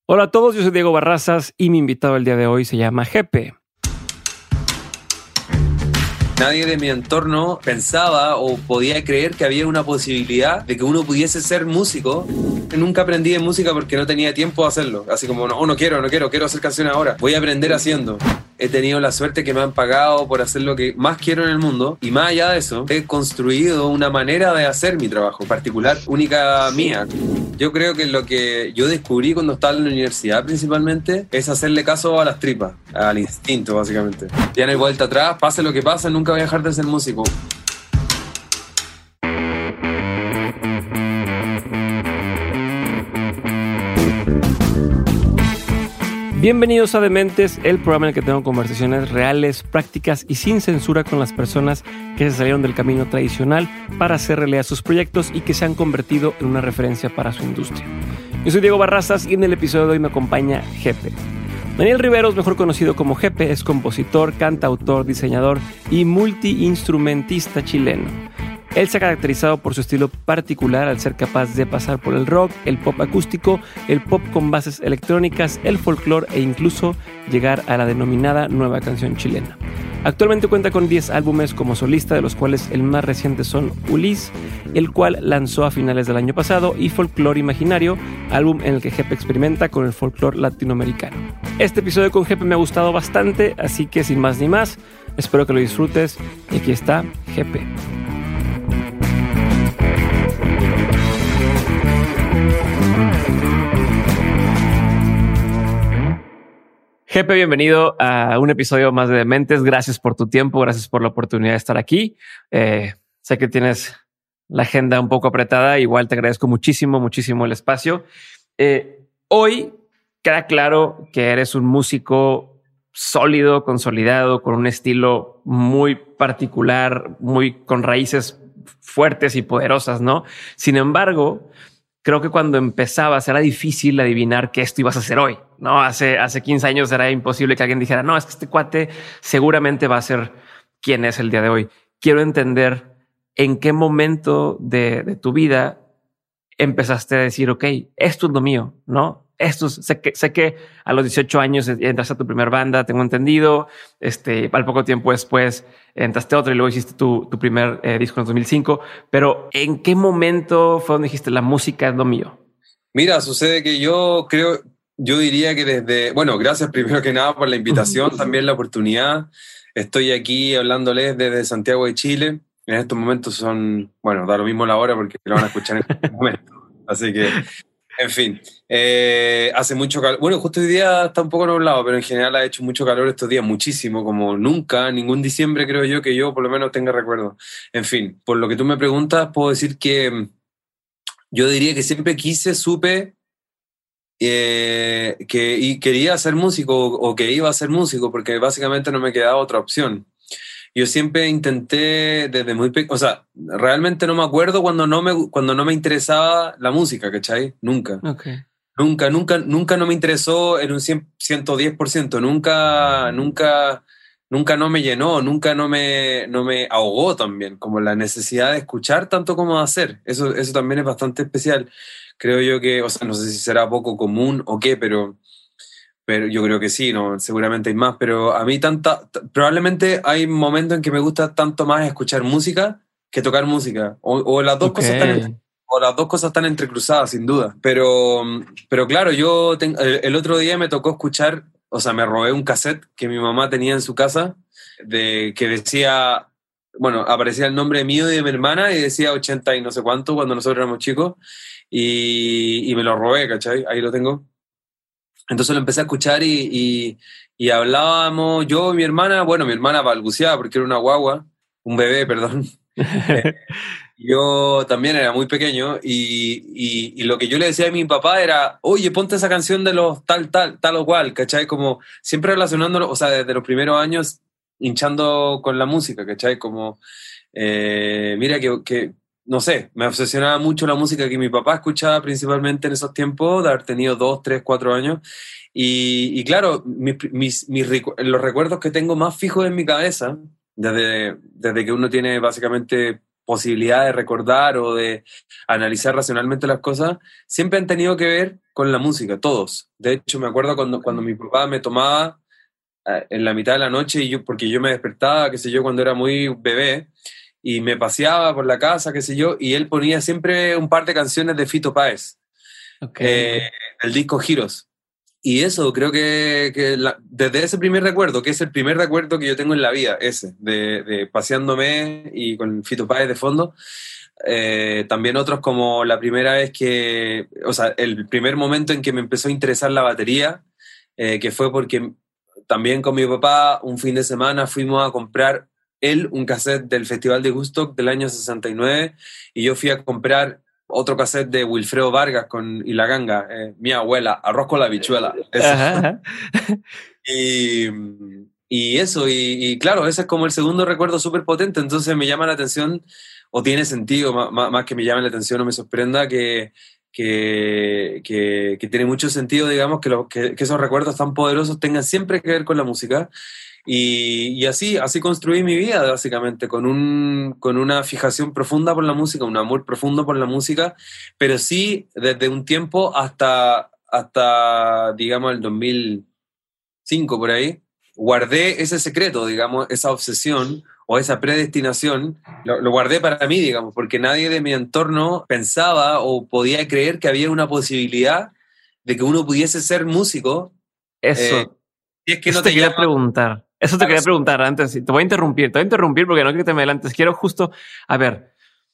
Hola a todos, yo soy Diego Barrazas y mi invitado el día de hoy se llama Jepe. Nadie de mi entorno pensaba o podía creer que había una posibilidad de que uno pudiese ser músico. Nunca aprendí de música porque no tenía tiempo de hacerlo. Así como, no quiero hacer canciones ahora. Voy a aprender haciendo. He tenido la suerte que me han pagado por hacer lo que más quiero en el mundo. Y más allá de eso, he construido una manera de hacer mi trabajo, particular, única mía. Yo creo que lo que yo descubrí cuando estaba en la universidad principalmente es hacerle caso a las tripas, al instinto básicamente. Ya no hay vuelta atrás, pase lo que pase, nunca voy a dejar de ser músico. Bienvenidos a Dementes, el programa en el que tengo conversaciones reales, prácticas y sin censura con las personas que se salieron del camino tradicional para hacer realidad sus proyectos y que se han convertido en una referencia para su industria. Yo soy Diego Barrazas y en el episodio de hoy me acompaña Jepe. Daniel Riveros, mejor conocido como Jepe, es compositor, cantautor, diseñador y multiinstrumentista chileno. Él se ha caracterizado por su estilo particular al ser capaz de pasar por el rock, el pop acústico, el pop con bases electrónicas, el folclore e incluso llegar a la denominada nueva canción chilena. Actualmente cuenta con 10 álbumes como solista, de los cuales el más reciente son Ulis, el cual lanzó a finales del año pasado, y Folklore Imaginario, álbum en el que Jepe experimenta con el folclore latinoamericano. Este episodio con Jepe me ha gustado bastante, así que sin más ni más, espero que lo disfrutes y aquí está Jepe. Jepe, bienvenido a un episodio más de Dementes. Gracias por tu tiempo, gracias por la oportunidad de estar aquí. Sé que tienes la agenda un poco apretada, igual te agradezco muchísimo el espacio. Hoy queda claro que eres un músico sólido, consolidado, con un estilo muy particular, muy con raíces fuertes y poderosas, ¿no? Sin embargo, creo que cuando empezabas era difícil adivinar que esto ibas a hacer hoy, ¿no? Hace 15 años era imposible que alguien dijera, no, es que este cuate seguramente va a ser quien es el día de hoy. Quiero entender en qué momento de tu vida empezaste a decir, ok, esto es lo mío, ¿no? Sé que a los 18 años entraste a tu primer banda, tengo entendido. Al poco tiempo después entraste a otra y luego hiciste tu primer disco en 2005. Pero ¿en qué momento fue donde dijiste la música es lo mío? Mira, sucede que yo diría que desde... Bueno, gracias primero que nada por la invitación, también la oportunidad. Estoy aquí hablándoles desde Santiago de Chile. En estos momentos son... Bueno, da lo mismo la hora porque lo van a escuchar en este momento. Así que... En fin, hace mucho calor. Bueno, justo hoy día está un poco nublado, pero en general ha hecho mucho calor estos días, muchísimo, como nunca, ningún diciembre creo yo que yo por lo menos tenga recuerdo. En fin, por lo que tú me preguntas, puedo decir que yo diría que siempre supe que quería ser músico o que iba a ser músico, porque básicamente no me quedaba otra opción. Yo siempre intenté desde muy pequeño, o sea, realmente no me acuerdo cuando no me interesaba la música, ¿cachai? Nunca. Okay. Nunca no me interesó en un 110%, nunca no me llenó, nunca no me ahogó también, como la necesidad de escuchar tanto como de hacer. Eso también es bastante especial. Creo yo que, o sea, no sé si será poco común o qué, pero yo creo que sí, no, seguramente hay más, pero a mí probablemente hay momentos en que me gusta tanto más escuchar música que tocar música, o las dos cosas están entrecruzadas, sin duda. Pero claro, el otro día me tocó escuchar, o sea, me robé un cassette que mi mamá tenía en su casa, que decía, bueno, aparecía el nombre mío y de mi hermana y decía 80 y no sé cuánto cuando nosotros éramos chicos, y me lo robé, ¿cachai? Ahí lo tengo. Entonces lo empecé a escuchar y hablábamos, yo y mi hermana balbuceaba porque era una guagua, un bebé, perdón. Yo también era muy pequeño y lo que yo le decía a mi papá era, oye, ponte esa canción de los tal o cual, ¿cachai? Como siempre relacionándolo, o sea, desde los primeros años hinchando con la música, ¿cachai? Como, mira que no sé, me obsesionaba mucho la música que mi papá escuchaba principalmente en esos tiempos, de haber tenido 2, 3, 4 años. Y claro, los recuerdos que tengo más fijos en mi cabeza, desde que uno tiene básicamente posibilidad de recordar o de analizar racionalmente las cosas, siempre han tenido que ver con la música, todos. De hecho, me acuerdo cuando mi papá me tomaba en la mitad de la noche, porque yo me despertaba, qué sé yo, cuando era muy bebé, y me paseaba por la casa, qué sé yo, y él ponía siempre un par de canciones de Fito Páez, Okay. el disco Giros. Y eso, creo desde ese primer recuerdo, que es el primer recuerdo que yo tengo en la vida, ese, de paseándome y con Fito Páez de fondo. También otros como la primera vez o sea, el primer momento en que me empezó a interesar la batería, que fue porque también con mi papá un fin de semana fuimos a comprar un cassette del Festival de Woodstock del año 69 y yo fui a comprar otro cassette de Wilfredo Vargas y La Ganga, mi abuela, Arroz con la habichuela, eso. Ajá, ajá. Y, y eso, y claro, ese es como el segundo recuerdo súper potente, entonces me llama la atención, o tiene sentido, más que me llame la atención o me sorprenda, que tiene mucho sentido, digamos, que esos recuerdos tan poderosos tengan siempre que ver con la música. Y así construí mi vida, básicamente, con una fijación profunda por la música, un amor profundo por la música, pero sí desde un tiempo hasta digamos, el 2005 por ahí, guardé ese secreto, digamos, esa obsesión o esa predestinación, lo guardé para mí, digamos, porque nadie de mi entorno pensaba o podía creer que había una posibilidad de que uno pudiese ser músico, eh, Eso, si es que eso no te te quería llama preguntar. Eso te a quería los... preguntar antes. Te voy a interrumpir, porque no quiero que te me adelantes. Quiero justo, a ver,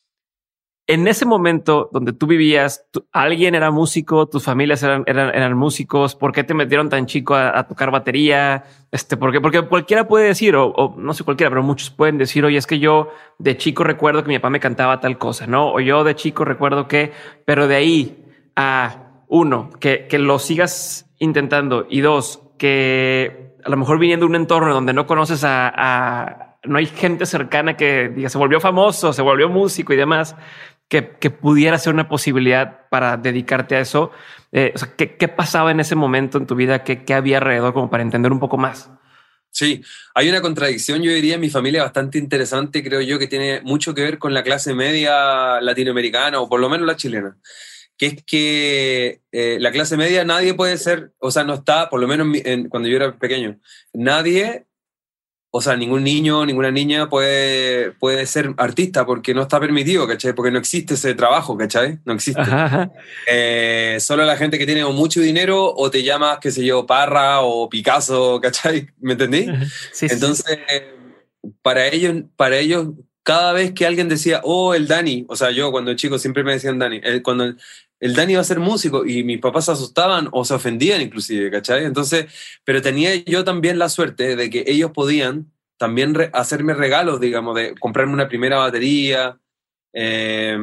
en ese momento donde tú vivías, alguien era músico, tus familias eran músicos. ¿Por qué te metieron tan chico a tocar batería? ¿Por qué? Porque cualquiera puede decir, o no sé cualquiera, pero muchos pueden decir, oye, es que yo de chico recuerdo que mi papá me cantaba tal cosa, ¿no? O yo de chico recuerdo que, pero de ahí a uno, que lo sigas intentando y dos, que a lo mejor viniendo de un entorno donde no conoces no hay gente cercana que diga se volvió famoso, se volvió músico y demás que pudiera ser una posibilidad para dedicarte a eso. O sea, ¿qué pasaba en ese momento en tu vida? ¿Qué había alrededor como para entender un poco más? Sí, hay una contradicción, yo diría, en mi familia bastante interesante, creo yo, que tiene mucho que ver con la clase media latinoamericana, o por lo menos la chilena, que es que la clase media nadie puede ser, o sea, no está, por lo menos cuando yo era pequeño, nadie, o sea, ningún niño, ninguna niña puede ser artista porque no está permitido, ¿cachai? Porque no existe ese trabajo, ¿cachai? No existe. Ajá, ajá. Solo la gente que tiene o mucho dinero o te llamas, qué sé yo, Parra o Picasso, ¿cachai? ¿Me entendí? Ajá. Sí, sí, sí. Entonces, para ellos, cada vez que alguien decía, oh, el Dani, o sea, yo cuando chico siempre me decían Dani, cuando el Dani va a ser músico y mis papás se asustaban o se ofendían inclusive, ¿cachai? Entonces, pero tenía yo también la suerte de que ellos podían también hacerme regalos, digamos, de comprarme una primera batería eh,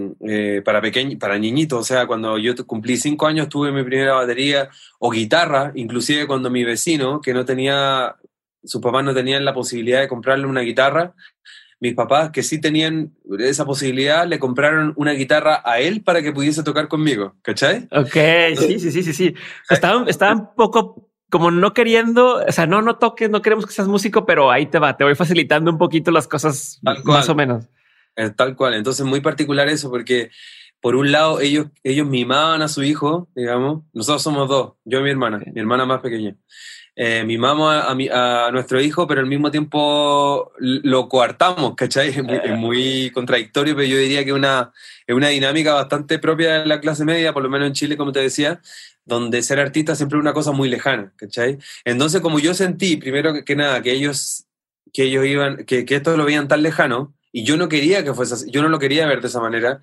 para niñitos, o sea, cuando yo cumplí 5 años tuve mi primera batería o guitarra, inclusive cuando mi vecino, que no tenía, sus papás no tenían la posibilidad de comprarle una guitarra, mis papás que sí tenían esa posibilidad le compraron una guitarra a él para que pudiese tocar conmigo, ¿cachai? Ok, sí, sí, sí, sí, sí. Estaban un poco como no queriendo, o sea, no toques, no queremos que seas músico, pero ahí te va, te voy facilitando un poquito las cosas Tal más o cual, menos. tal cual. Entonces, muy particular eso, porque por un lado ellos mimaban a su hijo, digamos, nosotros somos dos, yo y mi hermana más pequeña. Mimamos a nuestro hijo, pero al mismo tiempo lo coartamos, ¿cachai? Es muy contradictorio, pero yo diría que es una dinámica bastante propia de la clase media, por lo menos en Chile, como te decía, donde ser artista siempre es una cosa muy lejana, ¿cachai? Entonces, como yo sentí, primero que nada, que ellos iban, que esto lo veían tan lejano, y yo no quería que fuese así, yo no lo quería ver de esa manera,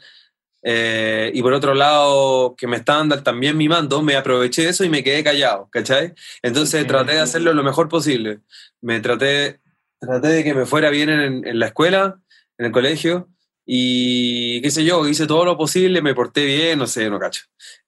y por otro lado, que me estaban también mimando, me aproveché de eso y me quedé callado, ¿cachai? Entonces traté de Ok. hacerlo lo mejor posible. Traté de que me fuera bien en la escuela, en el colegio, y qué sé yo, hice todo lo posible, me porté bien, no sé, no cacho.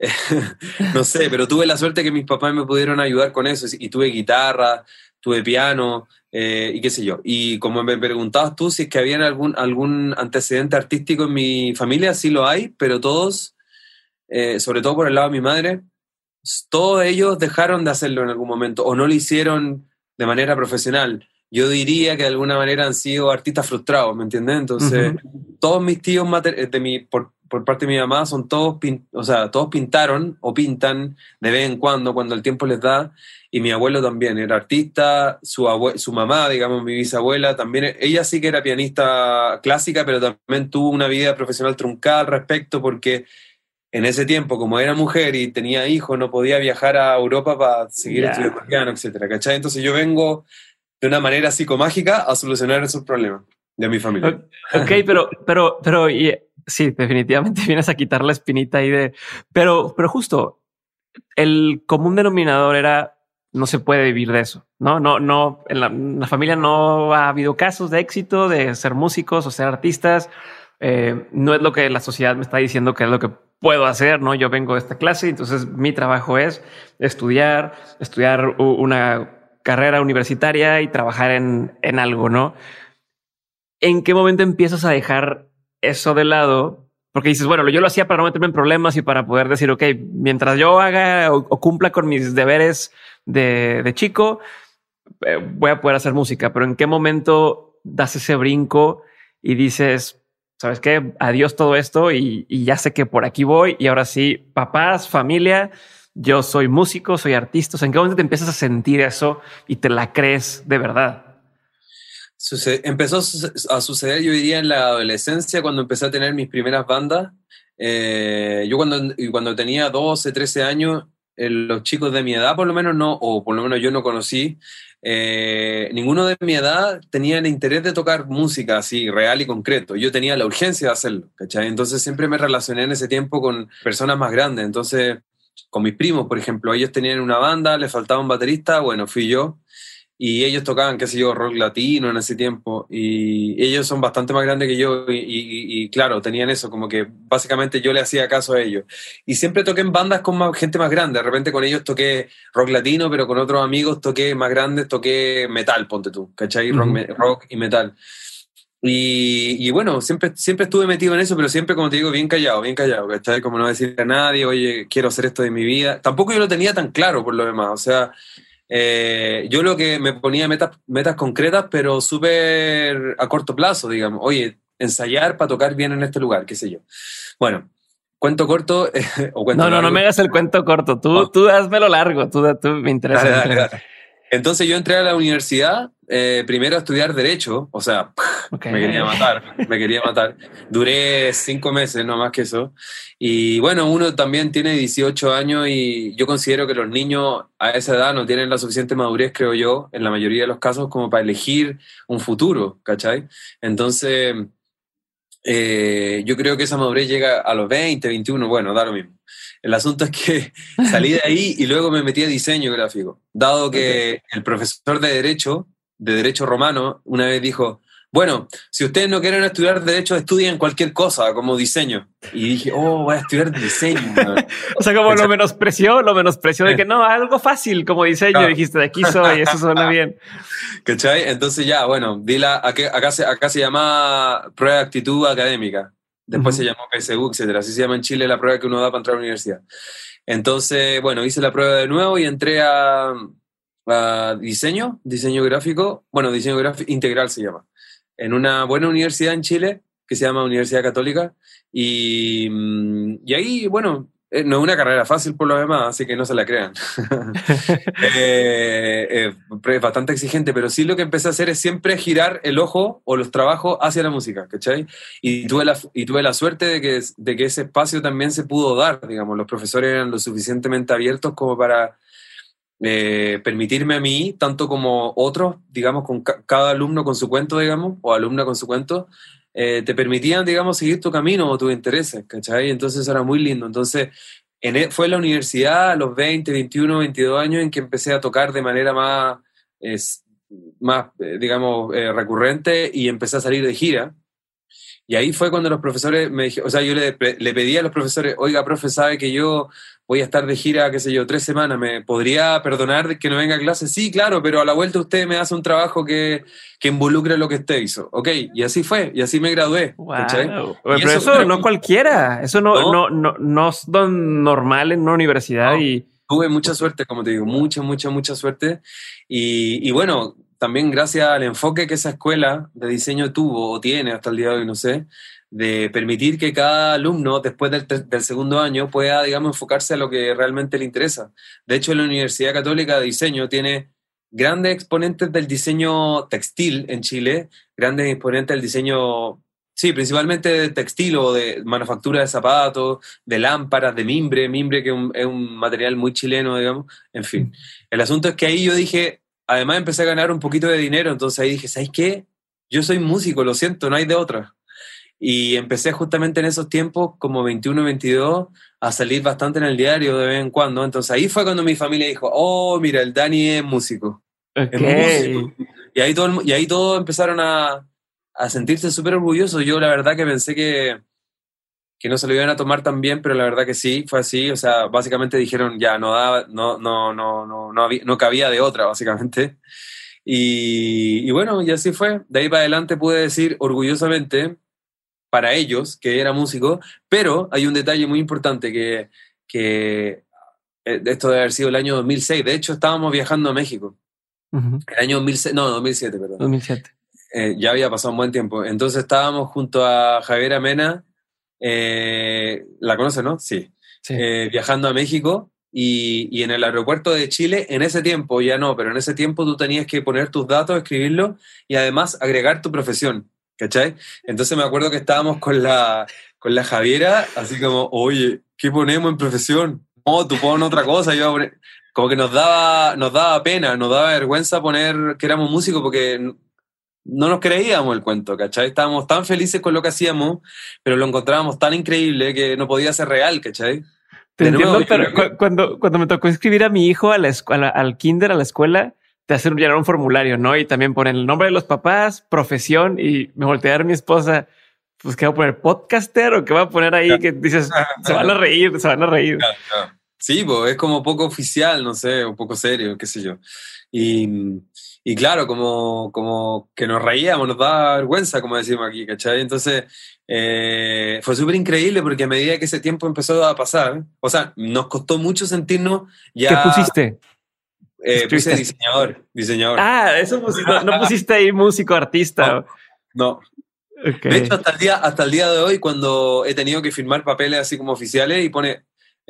No sé, pero tuve la suerte que mis papás me pudieron ayudar con eso, y tuve guitarra, tuve piano, y qué sé yo. Y como me preguntabas tú si es que había algún antecedente artístico en mi familia, sí lo hay, pero todos, sobre todo por el lado de mi madre, todos ellos dejaron de hacerlo en algún momento o no lo hicieron de manera profesional. yo diría que de alguna manera han sido artistas frustrados, ¿me entiendes? Entonces, todos mis tíos por parte de mi mamá son todos, o sea, todos pintaron o pintan de vez en cuando el tiempo les da, y mi abuelo también era artista, su mamá, digamos, mi bisabuela, también, ella sí que era pianista clásica, pero también tuvo una vida profesional truncada al respecto, porque en ese tiempo, como era mujer y tenía hijos, no podía viajar a Europa para seguir estudiando piano, etcétera, ¿cachai? Entonces yo vengo de una manera psicomágica a solucionar esos problemas de mi familia. Ok, sí, definitivamente vienes a quitar la espinita ahí pero justo el común denominador era no se puede vivir de eso. No, en la familia no ha habido casos de éxito de ser músicos o ser artistas. No es lo que la sociedad me está diciendo que es lo que puedo hacer, ¿no? Yo vengo de esta clase, entonces mi trabajo es estudiar una carrera universitaria y trabajar en algo, ¿no? ¿En qué momento empiezas a dejar eso de lado? Porque dices, bueno, yo lo hacía para no meterme en problemas y para poder decir, ok, mientras yo haga o cumpla con mis deberes de chico, voy a poder hacer música. Pero ¿en qué momento das ese brinco y dices, sabes qué, adiós todo esto y ya sé que por aquí voy y ahora sí, papás, familia, yo soy músico, soy artista? O sea, ¿en qué momento te empiezas a sentir eso y te la crees de verdad? Empezó a suceder, yo diría, en la adolescencia, cuando empecé a tener mis primeras bandas. Yo cuando tenía 12, 13 años, los chicos de mi edad, por lo menos no, o por lo menos yo no conocí, ninguno de mi edad tenía el interés de tocar música así, real y concreto. Yo tenía la urgencia de hacerlo, ¿cachai? Entonces siempre me relacioné en ese tiempo con personas más grandes. Entonces, con mis primos, por ejemplo, ellos tenían una banda, les faltaba un baterista, bueno, fui yo. Y ellos tocaban, qué sé yo, rock latino en ese tiempo, y ellos son bastante más grandes que yo, y claro, tenían eso, como que básicamente yo le hacía caso a ellos. Y siempre toqué en bandas con gente más grande. De repente con ellos toqué rock latino, pero con otros amigos toqué más grandes, toqué metal, ponte tú, ¿cachai? Rock y metal. Y bueno, siempre estuve metido en eso, pero siempre, como te digo, bien callado, ¿cachai? Como no decir a nadie, oye, quiero hacer esto de mi vida. Tampoco yo lo tenía tan claro, por lo demás, o sea... yo lo que me ponía metas concretas, pero súper a corto plazo, digamos. Oye, ensayar para tocar bien en este lugar, qué sé yo. Bueno, cuento corto o cuento largo. No me hagas el cuento corto. Tú hazmelo largo. Tú me interesa. Dale. Entonces yo entré a la universidad primero a estudiar Derecho, o sea, okay. me quería matar. Duré 5 meses, no más que eso. Y bueno, uno también tiene 18 años y yo considero que los niños a esa edad no tienen la suficiente madurez, creo yo, en la mayoría de los casos, como para elegir un futuro, ¿cachai? Entonces, yo creo que esa madurez llega a los 20, 21, bueno, da lo mismo. El asunto es que salí de ahí y luego me metí a diseño gráfico, dado que el profesor de Derecho Romano, una vez dijo, bueno, si ustedes no quieren estudiar Derecho, estudien cualquier cosa, como diseño. Y dije, voy a estudiar diseño. O sea, como lo menospreció de que no, algo fácil como diseño, claro. Dijiste, de aquí soy, eso suena bien. ¿Cachai? Entonces ya, bueno, acá se llama prueba de actitud académica. Después se llamó PSU, etcétera. Así se llama en Chile la prueba que uno da para entrar a la universidad. Entonces, bueno, hice la prueba de nuevo y entré a diseño gráfico. Bueno, diseño gráfico integral se llama. En una buena universidad en Chile, que se llama Universidad Católica. Y ahí, bueno, no es una carrera fácil por lo demás, así que no se la crean. Es bastante exigente, pero sí lo que empecé a hacer es siempre girar el ojo o los trabajos hacia la música, ¿cachai? Y tuve la suerte de que ese espacio también se pudo dar, digamos. Los profesores eran lo suficientemente abiertos como para permitirme a mí, tanto como otros, digamos, con cada alumno con su cuento, digamos, o alumna con su cuento, te permitían, digamos, seguir tu camino o tus intereses, ¿cachai? Entonces era muy lindo. Entonces fue en la universidad a los 20, 21, 22 años en que empecé a tocar de manera más digamos, recurrente, y empecé a salir de gira. Y ahí fue cuando los profesores me dijeron, o sea, yo le pedí a los profesores, oiga, profe, sabe que yo voy a estar de gira, qué sé yo, 3 semanas, ¿me podría perdonar que no venga a clase? Sí, claro, pero a la vuelta usted me hace un trabajo que involucre lo que usted hizo. Ok, y así fue, y así me gradué. Wow. Pero eso no cualquiera, eso no es normal en una universidad. No. Tuve mucha suerte, como te digo, mucha suerte. Y bueno, también gracias al enfoque que esa escuela de diseño tuvo o tiene hasta el día de hoy, no sé, de permitir que cada alumno después del segundo año pueda, digamos, enfocarse a lo que realmente le interesa. De hecho, la Universidad Católica de Diseño tiene grandes exponentes del diseño textil en Chile, grandes exponentes del diseño, sí, principalmente de textil o de manufactura de zapatos, de lámparas, de mimbre que es un material muy chileno, digamos. En fin, el asunto es que ahí yo dije, además empecé a ganar un poquito de dinero, entonces ahí dije, ¿sabes qué? Yo soy músico, lo siento, no hay de otra. Y empecé justamente en esos tiempos, como 21, 22, a salir bastante en el diario de vez en cuando. Entonces ahí fue cuando mi familia dijo, oh, mira, el Dani es músico. Es músico. Y ahí todos empezaron a sentirse súper orgullosos. Yo la verdad que pensé que no se lo iban a tomar tan bien, pero la verdad que sí, fue así. O sea, básicamente dijeron, ya, no cabía de otra, básicamente. Y bueno, y así fue. De ahí para adelante pude decir orgullosamente para ellos que era músico, pero hay un detalle muy importante que esto debe haber sido el año 2006. De hecho, estábamos viajando a México. El año 2006, no, 2007, perdón. 2007. Ya había pasado un buen tiempo. Entonces estábamos junto a Javier Amena, ¿la conoce, no? Sí. Viajando a México y en el aeropuerto de Chile, en ese tiempo, ya no, pero en ese tiempo tú tenías que poner tus datos, escribirlo y además agregar tu profesión. ¿Cachai? Entonces me acuerdo que estábamos con la Javiera, así como, oye, ¿qué ponemos en profesión? No, tú pon otra cosa, yo iba a poner... Como que nos daba pena, nos daba vergüenza poner que éramos músicos porque no nos creíamos el cuento, ¿cachai? Estábamos tan felices con lo que hacíamos, pero lo encontrábamos tan increíble que no podía ser real, ¿cachai? Te entiendo, pero cuando me tocó inscribir a mi hijo a la escuela, al kinder, a la escuela, te hacen llenar un formulario, ¿no? Y también ponen el nombre de los papás, profesión, y me volteé a ver mi esposa, pues, ¿qué va a poner? ¿Podcaster? ¿O qué va a poner ahí? Que dices, se van a reír. Sí, pues es como poco oficial, no sé, un poco serio, qué sé yo. Y claro, como que nos reíamos, nos daba vergüenza, como decimos aquí, ¿cachai? Entonces, fue súper increíble porque a medida que ese tiempo empezó a pasar, o sea, nos costó mucho sentirnos ya... ¿Qué pusiste? Puse diseñador. Ah, eso pusiste, no pusiste ahí músico, artista. No. Okay. De hecho, hasta el día de hoy, cuando he tenido que firmar papeles así como oficiales y pone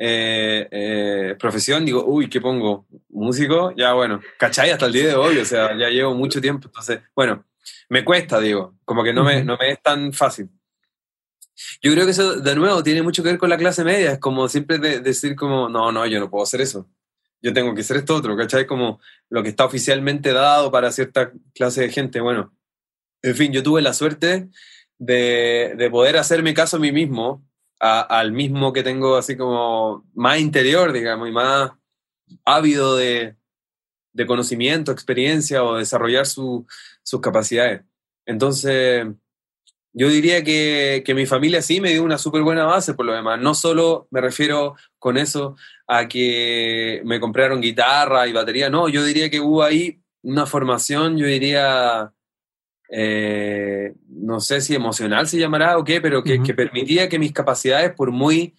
profesión, digo, uy, ¿qué pongo? ¿Músico? Ya, bueno, ¿cachai? Hasta el día de hoy, o sea, ya llevo mucho tiempo, entonces, bueno, me cuesta, digo, como que no me es tan fácil. Yo creo que eso, de nuevo, tiene mucho que ver con la clase media, es como siempre decir como, no, yo no puedo hacer eso. Yo tengo que hacer esto otro, ¿cachai? Como lo que está oficialmente dado para cierta clase de gente. Bueno, en fin, yo tuve la suerte de poder hacerme caso a mí mismo, al mismo que tengo así como más interior, digamos, y más ávido de conocimiento, experiencia o desarrollar sus capacidades. Entonces, yo diría que mi familia sí me dio una súper buena base por lo demás. No solo me refiero con eso a que me compraron guitarra y batería, no, yo diría que hubo ahí una formación, yo diría, no sé si emocional se llamará o qué, pero que permitía que mis capacidades, por muy,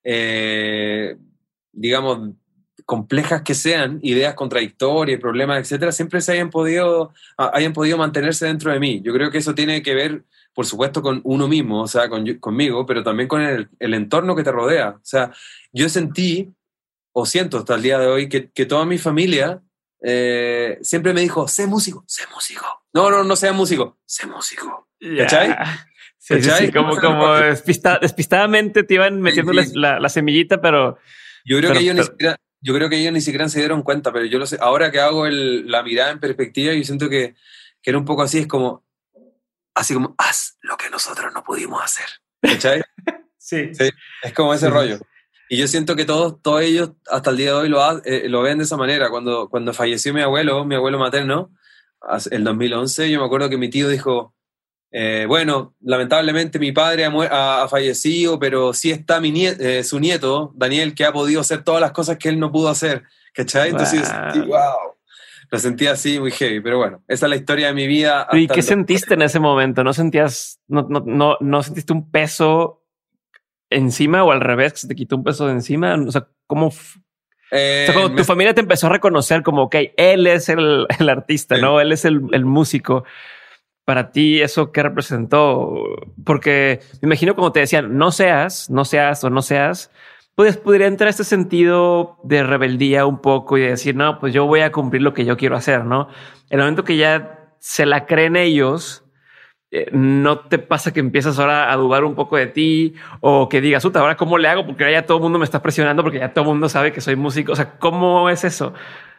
digamos, complejas que sean, ideas contradictorias, problemas, etcétera, siempre se hayan podido mantenerse dentro de mí. Yo creo que eso tiene que ver, por supuesto, con uno mismo, o sea, conmigo, pero también con el entorno que te rodea. O sea, yo sentí, o siento hasta el día de hoy, que toda mi familia siempre me dijo, sé músico. No seas músico, sé músico. ¿Cachai? Sí, ¿cachai? Sí, como despistadamente te iban metiéndoles la semillita, pero... Yo creo que ellos ni siquiera se dieron cuenta, pero yo lo sé. Ahora que hago la mirada en perspectiva, yo siento que era un poco así, es como, haz lo que nosotros no pudimos hacer. ¿Cachai? Sí. Es como ese rollo. Y yo siento que todos ellos hasta el día de hoy lo ven de esa manera. Cuando falleció mi abuelo materno, en 2011, yo me acuerdo que mi tío dijo, bueno, lamentablemente mi padre ha fallecido, pero sí está su nieto, Daniel, que ha podido hacer todas las cosas que él no pudo hacer. ¿Cachai? Entonces yo sentí, wow. Lo sentí así muy heavy, pero bueno, esa es la historia de mi vida. ¿Y qué sentiste en ese momento? ¿No sentías, no sentiste un peso encima o al revés, que se te quitó un peso de encima? O sea, ¿cómo? O sea, cuando tu familia te empezó a reconocer como, ok, él es el artista, sí, ¿no? Él es el músico. Para ti, ¿eso qué representó? Porque me imagino como te decían, no seas, pues podría entrar este sentido de rebeldía un poco y de decir, no, pues yo voy a cumplir lo que yo quiero hacer, ¿no? En el momento que ya se la creen ellos, ¿no te pasa que empiezas ahora a dudar un poco de ti o que digas, ahora cómo le hago? Porque ya todo el mundo me está presionando porque ya todo el mundo sabe que soy músico. O sea, ¿cómo es eso?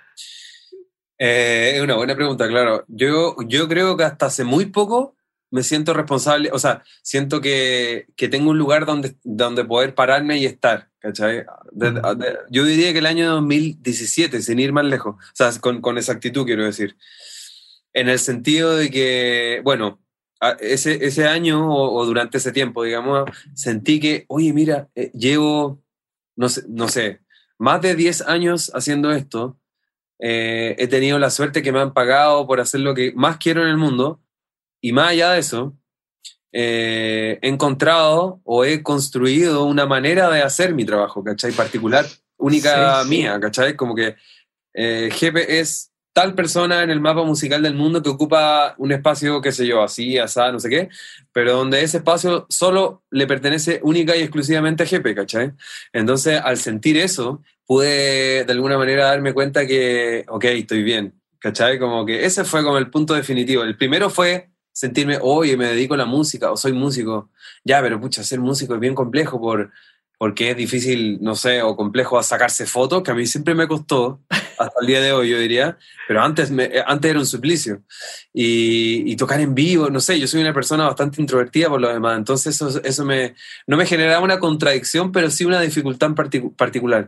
Es una buena pregunta, claro. Yo creo que hasta hace muy poco me siento responsable, o sea, siento que tengo un lugar donde poder pararme y estar, ¿cachai? Yo diría que el año 2017, sin ir más lejos, o sea, con exactitud quiero decir, en el sentido de que, bueno, ese año o durante ese tiempo, digamos, sentí que, oye, mira, llevo, no sé, más de 10 años haciendo esto. He tenido la suerte que me han pagado por hacer lo que más quiero en el mundo, y más allá de eso, he encontrado o he construido una manera de hacer mi trabajo, ¿cachai? Particular, única, sí, mía, ¿cachai? Como que Jepe es tal persona en el mapa musical del mundo que ocupa un espacio, qué sé yo, así, asá, no sé qué, pero donde ese espacio solo le pertenece única y exclusivamente a Jepe, ¿cachai? Entonces, al sentir eso, pude de alguna manera darme cuenta que, ok, estoy bien, ¿cachai? Como que ese fue como el punto definitivo. El primero fue sentirme, oye, me dedico a la música o soy músico. Ya, pero pucha, ser músico es bien complejo porque es difícil, no sé, o complejo a sacarse fotos, que a mí siempre me costó, hasta el día de hoy yo diría, pero antes era un suplicio. Y tocar en vivo, no sé, yo soy una persona bastante introvertida por lo demás, entonces eso no me generaba una contradicción, pero sí una dificultad en particular.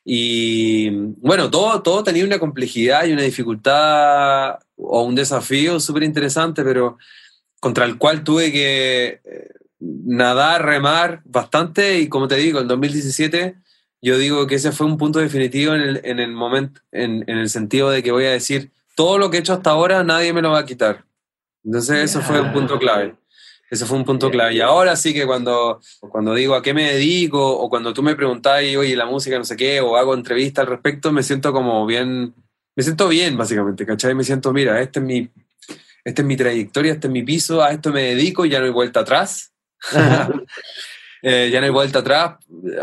Y bueno, todo tenía una complejidad y una dificultad o un desafío súper interesante, pero contra el cual tuve que nadar, remar bastante, y como te digo, el 2017 yo digo que ese fue un punto definitivo en el momento, en el sentido de que voy a decir, todo lo que he hecho hasta ahora nadie me lo va a quitar. Entonces eso fue un punto clave. Eso fue un punto clave. Y ahora sí que cuando digo a qué me dedico, o cuando tú me preguntás, oye, la música no sé qué, o hago entrevista al respecto, me siento como bien, me siento bien básicamente, ¿cachai? Me siento, mira, esta es mi trayectoria, este es mi piso, a esto me dedico, ya no hay vuelta atrás. Ya no hay vuelta atrás,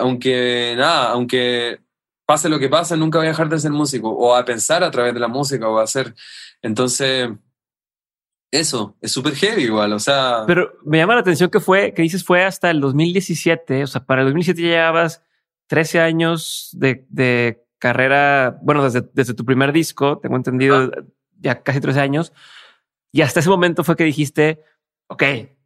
aunque pase lo que pase, nunca voy a dejar de ser músico, o a pensar a través de la música, o a hacer. Entonces, eso, es súper heavy igual, o sea. Pero me llama la atención que dices fue hasta el 2017, o sea, para el 2017 ya llevabas 13 años de carrera, bueno, desde tu primer disco, tengo entendido, ya casi 13 años, y hasta ese momento fue que dijiste, ok,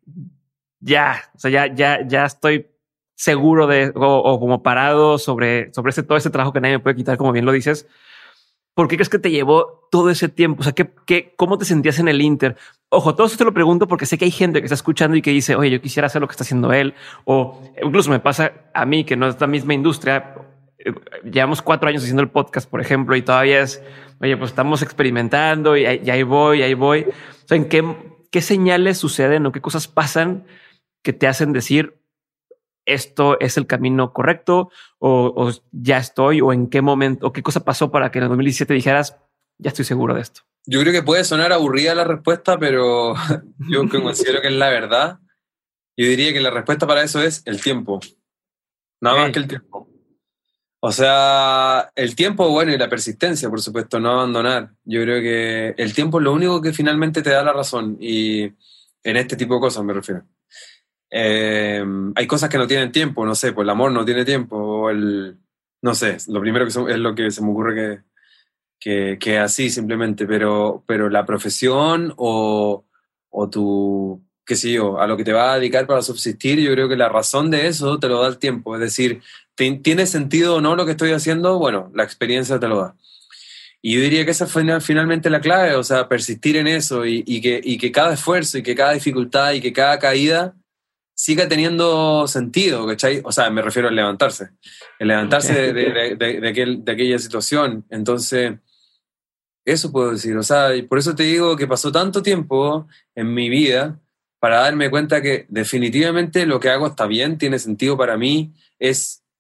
ya, o sea, ya estoy seguro o como parado sobre todo ese trabajo que nadie me puede quitar, como bien lo dices. ¿Por qué crees que te llevó todo ese tiempo? O sea, ¿cómo te sentías en el Inter? Ojo, todo esto te lo pregunto porque sé que hay gente que está escuchando y que dice, oye, yo quisiera hacer lo que está haciendo él. O incluso me pasa a mí, que no es la misma industria. Llevamos 4 años haciendo el podcast, por ejemplo, y todavía es, oye, pues estamos experimentando y ahí voy. O sea, ¿en qué señales suceden o qué cosas pasan que te hacen decir esto es el camino correcto o ya estoy, o en qué momento o qué cosa pasó para que en el 2017 dijeras ya estoy seguro de esto? Yo creo que puede sonar aburrida la respuesta, pero yo considero que es la verdad. Yo diría que la respuesta para eso es el tiempo. Nada más que el tiempo. O sea, el tiempo, bueno, y la persistencia, por supuesto, no abandonar. Yo creo que el tiempo es lo único que finalmente te da la razón, y en este tipo de cosas me refiero. Hay cosas que no tienen tiempo, no sé, pues el amor no tiene tiempo, o no sé, lo primero es lo que se me ocurre que así simplemente, pero la profesión o tu, qué sé yo, a lo que te va a dedicar para subsistir, yo creo que la razón de eso te lo da el tiempo. Es decir, ¿tiene sentido o no lo que estoy haciendo? Bueno, la experiencia te lo da. Y yo diría que esa fue finalmente la clave, o sea, persistir en eso, y que cada esfuerzo y que cada dificultad y que cada caída siga teniendo sentido, ¿cachai? O sea, me refiero al levantarse. El levantarse de aquella situación. Entonces, eso puedo decir. O sea, y por eso te digo que pasó tanto tiempo en mi vida para darme cuenta que definitivamente lo que hago está bien, tiene sentido para mí, es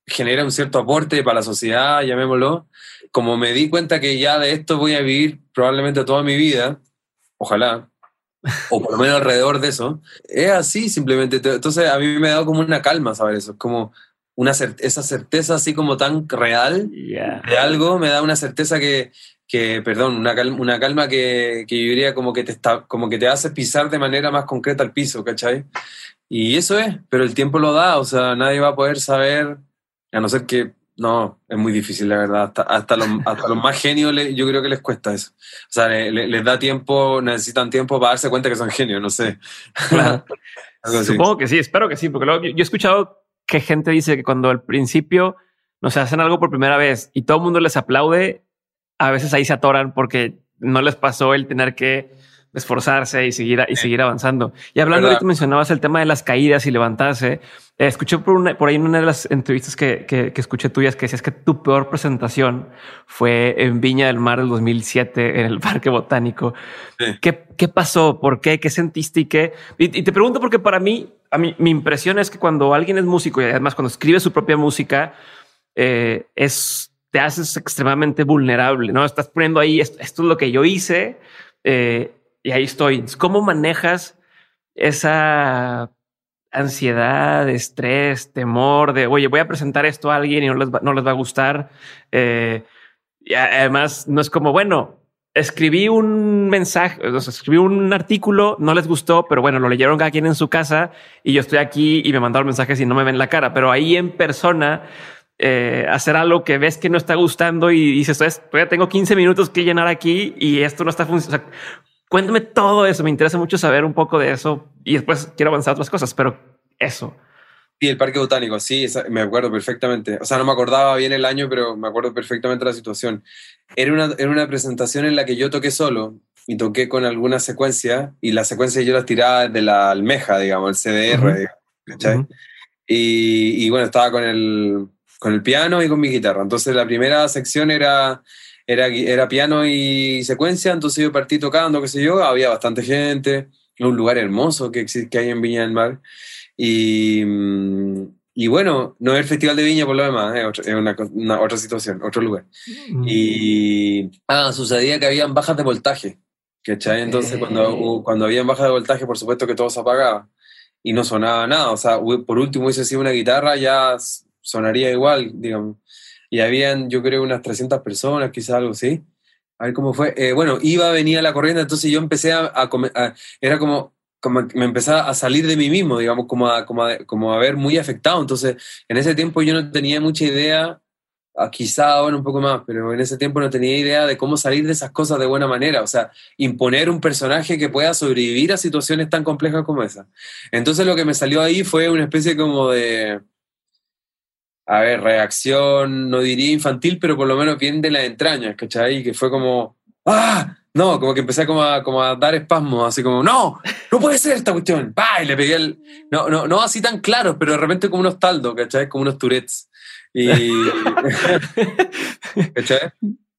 genera un cierto aporte para la sociedad, llamémoslo, como me di cuenta que ya de esto voy a vivir probablemente toda mi vida, ojalá, o por lo menos alrededor de eso, es así simplemente. Entonces a mí me ha dado como una calma saber eso, es como esa certeza así como tan real de algo, me da una certeza perdón, una calma que yo diría como que te hace pisar de manera más concreta el piso, ¿cachai? Y eso es, pero el tiempo lo da, o sea, nadie va a poder saber, a no ser que, no, es muy difícil, la verdad, hasta los más genios yo creo que les cuesta eso. O sea, les da tiempo, necesitan tiempo para darse cuenta que son genios, no sé. Claro. Supongo que sí, espero que sí, porque luego yo he escuchado que gente dice que cuando al principio, no sé, hacen algo por primera vez y todo el mundo les aplaude, a veces ahí se atoran porque no les pasó el tener que esforzarse y seguir avanzando. Y hablando, ahorita mencionabas el tema de las caídas y levantarse. Escuché por ahí en una de las entrevistas que escuché tuyas que decías que tu peor presentación fue en Viña del Mar del 2007 en el Parque Botánico. Sí. ¿Qué pasó? ¿Por qué? ¿Qué sentiste? Y te pregunto porque para mí, mi impresión es que cuando alguien es músico y además cuando escribe su propia música, te haces extremadamente vulnerable, ¿no? Estás poniendo ahí, esto es lo que yo hice, y ahí estoy. ¿Cómo manejas esa ansiedad, estrés, temor de, oye, voy a presentar esto a alguien y no les va a gustar? Y además no es como, bueno, escribí un mensaje, escribí un artículo, no les gustó, pero bueno, lo leyeron cada quien en su casa y yo estoy aquí y me mandaron mensajes y no me ven la cara, pero ahí en persona hacer algo que ves que no está gustando y dices, todavía tengo 15 minutos que llenar aquí y esto no está funcionando. O sea, cuéntame todo eso. Me interesa mucho saber un poco de eso y después quiero avanzar a otras cosas, pero eso. Sí, el Parque Botánico, sí, me acuerdo perfectamente. O sea, no me acordaba bien el año, pero me acuerdo perfectamente la situación. Era una presentación en la que yo toqué solo y toqué con alguna secuencia y la secuencia yo las tiraba de la almeja, digamos, el CDR, ¿cachai? Y bueno, estaba con el piano y con mi guitarra. Entonces la primera sección era piano y secuencia, entonces yo partí tocando, qué sé yo, había bastante gente, un lugar hermoso que hay en Viña del Mar. Y bueno, no es el Festival de Viña por lo demás, es una otra situación, otro lugar. Y sucedía que habían bajas de voltaje, ¿cachai? Entonces cuando habían bajas de voltaje, por supuesto que todo se apagaba y no sonaba nada. O sea, por último hubiese sido una guitarra, ya sonaría igual, digamos. Y habían, yo creo, unas 300 personas, quizás algo así. A ver cómo fue. Bueno, venía la corriente, entonces yo empecé era como me empezaba a salir de mí mismo, digamos, como a ver muy afectado. Entonces, en ese tiempo yo no tenía mucha idea, quizá ahora un poco más, pero en ese tiempo no tenía idea de cómo salir de esas cosas de buena manera. O sea, imponer un personaje que pueda sobrevivir a situaciones tan complejas como esa. Entonces lo que me salió ahí fue una especie como de... A ver, reacción, no diría infantil, pero por lo menos bien de las entrañas, ¿cachai? Que fue como, ¡ah! No, como que empecé como a dar espasmos, así como, ¡no! ¡No puede ser esta cuestión! ¡Pah! Y le pegué no así tan claros, pero de repente como unos taldos, ¿cachai? Como unos Tourettes. ¿Cachai?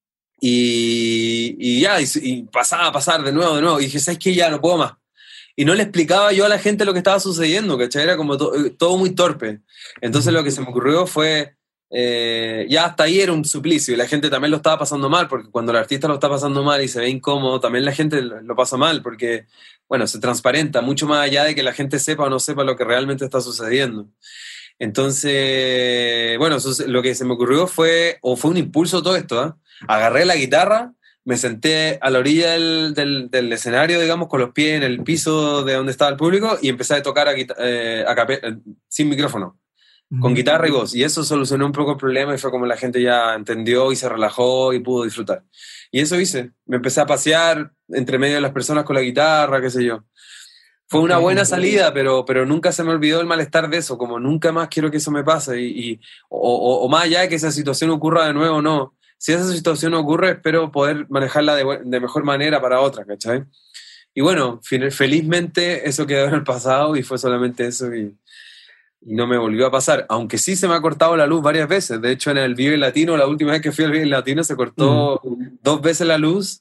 Y pasaba a pasar de nuevo. Y dije, ¿sabes qué? Ya no puedo más. Y no le explicaba yo a la gente lo que estaba sucediendo, ¿cachai? Era como todo muy torpe. Entonces lo que se me ocurrió fue, ya hasta ahí era un suplicio, y la gente también lo estaba pasando mal, porque cuando el artista lo está pasando mal y se ve incómodo, también la gente lo pasa mal, porque, bueno, se transparenta mucho más allá de que la gente sepa o no sepa lo que realmente está sucediendo. Entonces, bueno, lo que se me ocurrió fue un impulso todo esto, ¿eh? Agarré la guitarra, me senté a la orilla del escenario, digamos, con los pies en el piso de donde estaba el público y empecé a tocar sin micrófono, con guitarra y voz. Y eso solucionó un poco el problema y fue como la gente ya entendió y se relajó y pudo disfrutar. Y eso hice. Me empecé a pasear entre medio de las personas con la guitarra, qué sé yo. Fue una buena salida, pero nunca se me olvidó el malestar de eso, como nunca más quiero que eso me pase. O más allá de que esa situación ocurra de nuevo, no. Si esa situación ocurre, espero poder manejarla de mejor manera para otra, ¿cachai? Y bueno, felizmente eso quedó en el pasado y fue solamente eso y no me volvió a pasar. Aunque sí se me ha cortado la luz varias veces. De hecho, en el Vive Latino, la última vez que fui al Vive Latino, se cortó 2 veces la luz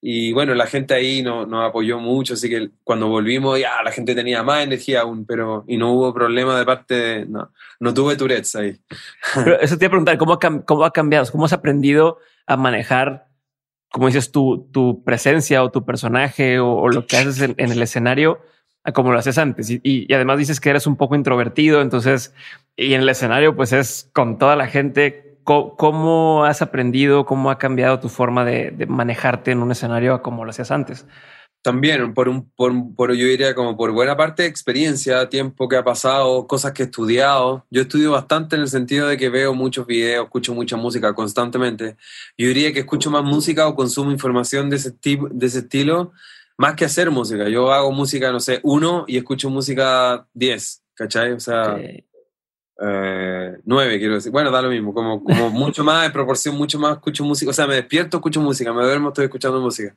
Y bueno, la gente ahí nos apoyó mucho, así que cuando volvimos ya la gente tenía más energía aún, pero y no hubo problema de parte de... No tuve Tourette's ahí. Pero eso te iba a preguntar, ¿cómo ha cambiado? ¿Cómo has aprendido a manejar, como dices, tu presencia o tu personaje o lo que haces en el escenario a como lo haces antes? Y además dices que eres un poco introvertido, entonces, y en el escenario pues es con toda la gente. ¿Cómo has aprendido, cómo ha cambiado tu forma de manejarte en un escenario a como lo hacías antes? También, yo diría como por buena parte experiencia, tiempo que ha pasado, cosas que he estudiado. Yo estudio bastante en el sentido de que veo muchos videos, escucho mucha música constantemente. Yo diría que escucho más música o consumo información de ese tipo, de ese estilo, más que hacer música. Yo hago música, no sé, 1 y escucho música 10, ¿cachai? O sea, Okay. 9, quiero decir. Bueno, da lo mismo, como mucho más, en proporción, mucho más escucho música. O sea, me despierto, escucho música, me duermo, estoy escuchando música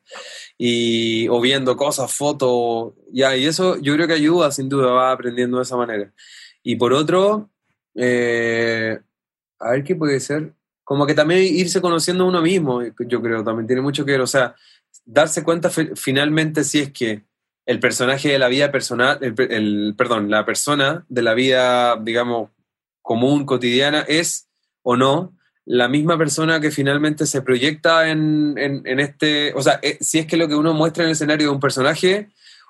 o viendo cosas, fotos, ya, y eso yo creo que ayuda, sin duda, va aprendiendo de esa manera. Y por otro, eh, a ver qué puede ser, como que también irse conociendo a uno mismo, yo creo, también tiene mucho que ver, o sea, darse cuenta finalmente si es que el personaje de la vida personal, perdón, la persona de la vida, digamos, común, cotidiana, es o no la misma persona que finalmente se proyecta en este, o sea, si es que lo que uno muestra en el escenario es un personaje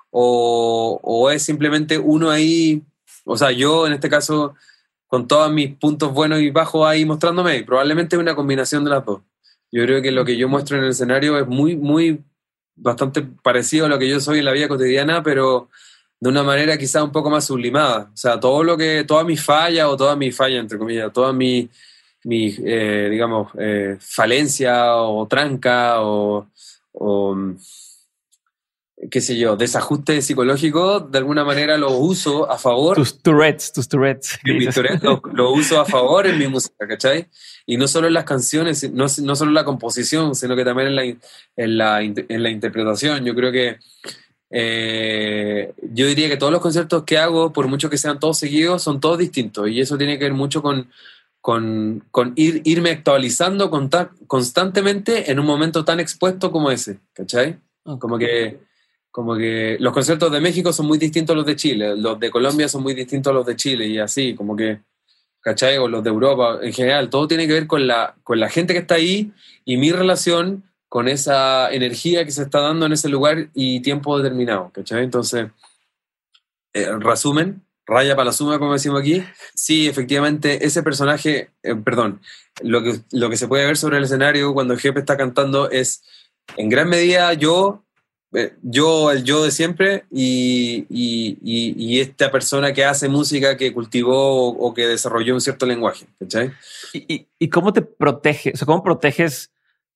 o es simplemente uno ahí, o sea, yo en este caso con todos mis puntos buenos y bajos ahí mostrándome, probablemente es una combinación de las dos. Yo creo que lo que yo muestro en el escenario es bastante parecido a lo que yo soy en la vida cotidiana, pero de una manera quizá un poco más sublimada. O sea, todas mis fallas o todas mis fallas, entre comillas, todas mis digamos, falencia o tranca o, qué sé yo, desajuste psicológico, de alguna manera lo uso a favor. Tus Tourettes. ¿Qué En mi dices? Tourette lo uso a favor en mi música, ¿cachai? Y no solo en las canciones, no solo en la composición, sino que también en la interpretación. Yo creo que yo diría que todos los conciertos que hago, por mucho que sean todos seguidos, son todos distintos. Y eso tiene que ver mucho con irme actualizando constantemente en un momento tan expuesto como ese, ¿cachai? Como Okay. que, como que los conciertos de México son muy distintos a los de Chile, los de Colombia son muy distintos a los de Chile y así, como que, ¿cachai? O los de Europa, en general, todo tiene que ver con la gente que está ahí y mi relación con esa energía que se está dando en ese lugar y tiempo determinado, ¿cachai? Entonces, resumen, raya para la suma, como decimos aquí, sí, efectivamente, ese personaje, perdón, lo que se puede ver sobre el escenario cuando el jefe está cantando es, en gran medida, el yo de siempre y esta persona que hace música, que cultivó o que desarrolló un cierto lenguaje, ¿cachai? ¿Y cómo te proteges? O sea, ¿cómo proteges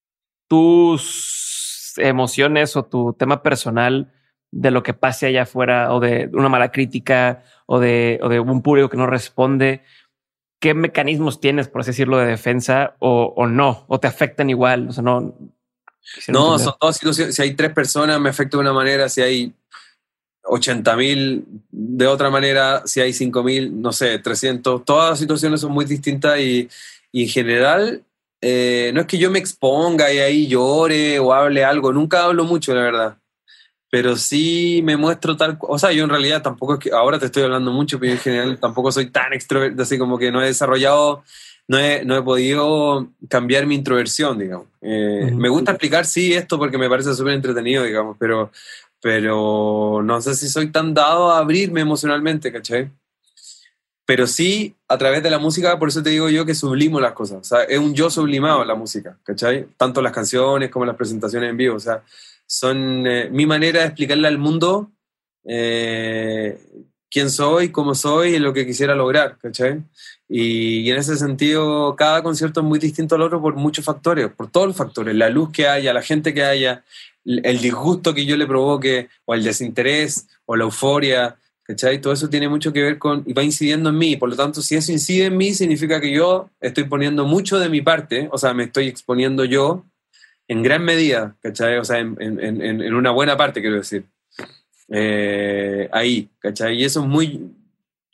tus emociones o tu tema personal de lo que pase allá afuera o de una mala crítica o de un público que no responde? ¿Qué mecanismos tienes, por así decirlo, de defensa o no? ¿O te afectan igual? O sea, no quisiera No, entender. son todas situaciones, si hay 3 personas me afecta de una manera, si hay 80.000 de otra manera, si hay 5.000, no sé, 300, todas las situaciones son muy distintas y en general no es que yo me exponga y ahí llore o hable algo, nunca hablo mucho, la verdad, pero sí me muestro o sea, yo en realidad tampoco es que, ahora te estoy hablando mucho, pero en general tampoco soy tan extrovertido, así como que no he desarrollado, no he podido cambiar mi introversión, digamos. Me gusta explicar, sí, esto porque me parece súper entretenido, digamos, pero no sé si soy tan dado a abrirme emocionalmente, ¿cachai? Pero sí, a través de la música, por eso te digo yo que sublimo las cosas. O sea, es un yo sublimado la música, ¿cachai? Tanto las canciones como las presentaciones en vivo. O sea, son mi manera de explicarle al mundo eh, quién soy, cómo soy y lo que quisiera lograr, ¿cachai? Y en ese sentido, cada concierto es muy distinto al otro por muchos factores, por todos los factores. La luz que haya, la gente que haya, el disgusto que yo le provoque, o el desinterés, o la euforia. ¿Cachai? Todo eso tiene mucho que ver con, y va incidiendo en mí, por lo tanto, si eso incide en mí, significa que yo estoy poniendo mucho de mi parte, o sea, me estoy exponiendo yo en gran medida, ¿cachai? O sea, en una buena parte, quiero decir. Ahí, ¿cachai? Y eso es muy,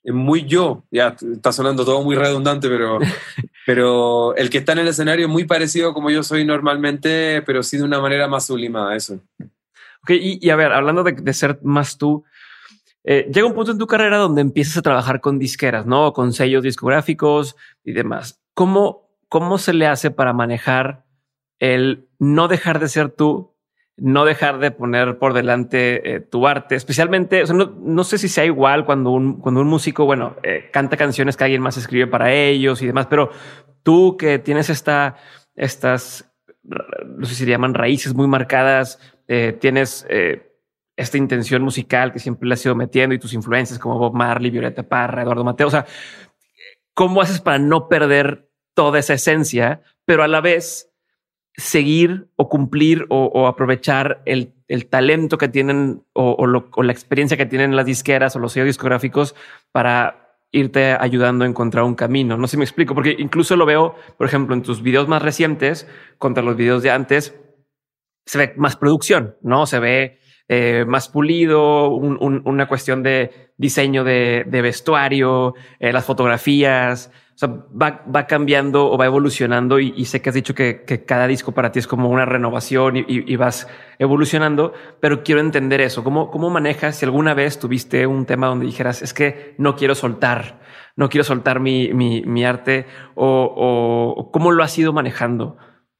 es muy yo. Ya está sonando todo muy redundante, pero el que está en el escenario es muy parecido a como yo soy normalmente, pero sí de una manera más sublimada, eso. Ok, y a ver, hablando de ser más tú, llega un punto en tu carrera donde empiezas a trabajar con disqueras, ¿no? Con sellos discográficos y demás. ¿Cómo se le hace para manejar el no dejar de ser tú, no dejar de poner por delante tu arte? Especialmente, o sea, no sé si sea igual cuando un músico, bueno, canta canciones que alguien más escribe para ellos y demás, pero tú que tienes estas, no sé si se llaman raíces muy marcadas, tienes esta intención musical que siempre le has ido metiendo y tus influencias como Bob Marley, Violeta Parra, Eduardo Mateo. O sea, ¿cómo haces para no perder toda esa esencia, pero a la vez seguir o cumplir o aprovechar el talento que tienen o la experiencia que tienen las disqueras o los sellos discográficos para irte ayudando a encontrar un camino? No sé si me explico, porque incluso lo veo, por ejemplo, en tus videos más recientes contra los videos de antes, se ve más producción, ¿no? Se ve más pulido, una cuestión de diseño de vestuario, las fotografías. O sea, va cambiando o va evolucionando y sé que has dicho que cada disco para ti es como una renovación y vas evolucionando, pero quiero entender eso. ¿Cómo manejas si alguna vez tuviste un tema donde dijeras, es que no quiero soltar mi arte o cómo lo has ido manejando?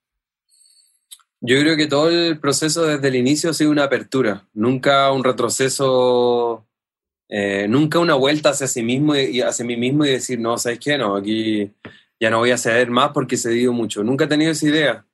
Yo creo que todo el proceso desde el inicio ha sido una apertura, nunca un retroceso, nunca una vuelta hacia sí mismo y hacia mí mismo y decir, no, ¿sabes qué? No, aquí ya no voy a ceder más porque he cedido mucho. Nunca he tenido esa idea.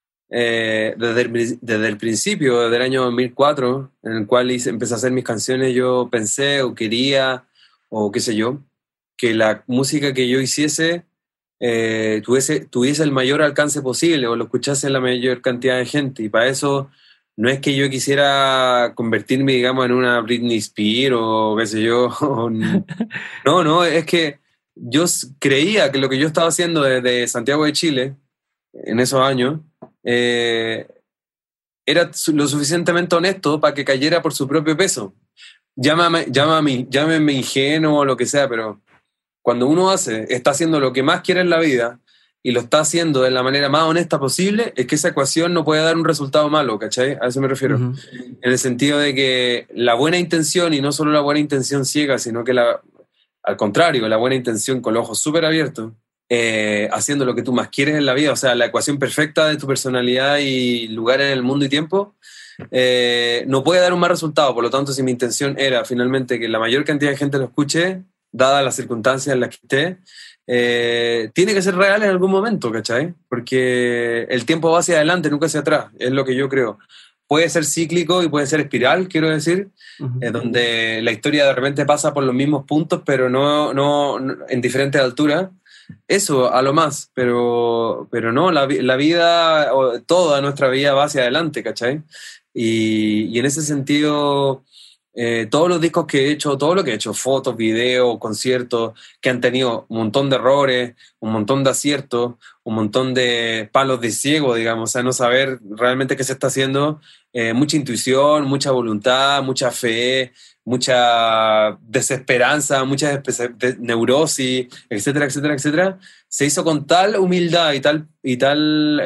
Desde el principio, desde el año 2004, en el cual empecé a hacer mis canciones, yo pensé o quería, o qué sé yo, que la música que yo hiciese tuviese el mayor alcance posible o lo escuchase la mayor cantidad de gente. Y para eso no es que yo quisiera convertirme, digamos, en una Britney Spears o qué sé yo. No, es que yo creía que lo que yo estaba haciendo desde Santiago de Chile en esos años eh, era lo suficientemente honesto para que cayera por su propio peso. Llámame ingenuo o lo que sea, pero cuando uno está haciendo lo que más quiere en la vida y lo está haciendo de la manera más honesta posible, es que esa ecuación no puede dar un resultado malo, ¿cachai? A eso me refiero. Uh-huh. En el sentido de que la buena intención, y no solo la buena intención ciega, sino que al contrario, la buena intención con los ojos súper abiertos, haciendo lo que tú más quieres en la vida, o sea, la ecuación perfecta de tu personalidad y lugar en el mundo y tiempo, no puede dar un mal resultado. Por lo tanto, si mi intención era finalmente que la mayor cantidad de gente lo escuche, dadas las circunstancias en las que esté, tiene que ser real en algún momento, ¿cachai? Porque el tiempo va hacia adelante, nunca hacia atrás, es lo que yo creo. Puede ser cíclico y puede ser espiral, quiero decir, Uh-huh. donde la historia de repente pasa por los mismos puntos, pero no en diferentes alturas. Eso, a lo más, pero no, la vida, toda nuestra vida va hacia adelante, ¿cachai? Y en ese sentido, todos los discos que he hecho, todo lo que he hecho, fotos, videos, conciertos, que han tenido un montón de errores, un montón de aciertos, un montón de palos de ciego, digamos, o sea, no saber realmente qué se está haciendo, mucha intuición, mucha voluntad, mucha fe, mucha desesperanza, mucha neurosis, etcétera, etcétera, etcétera, se hizo con tal humildad y tal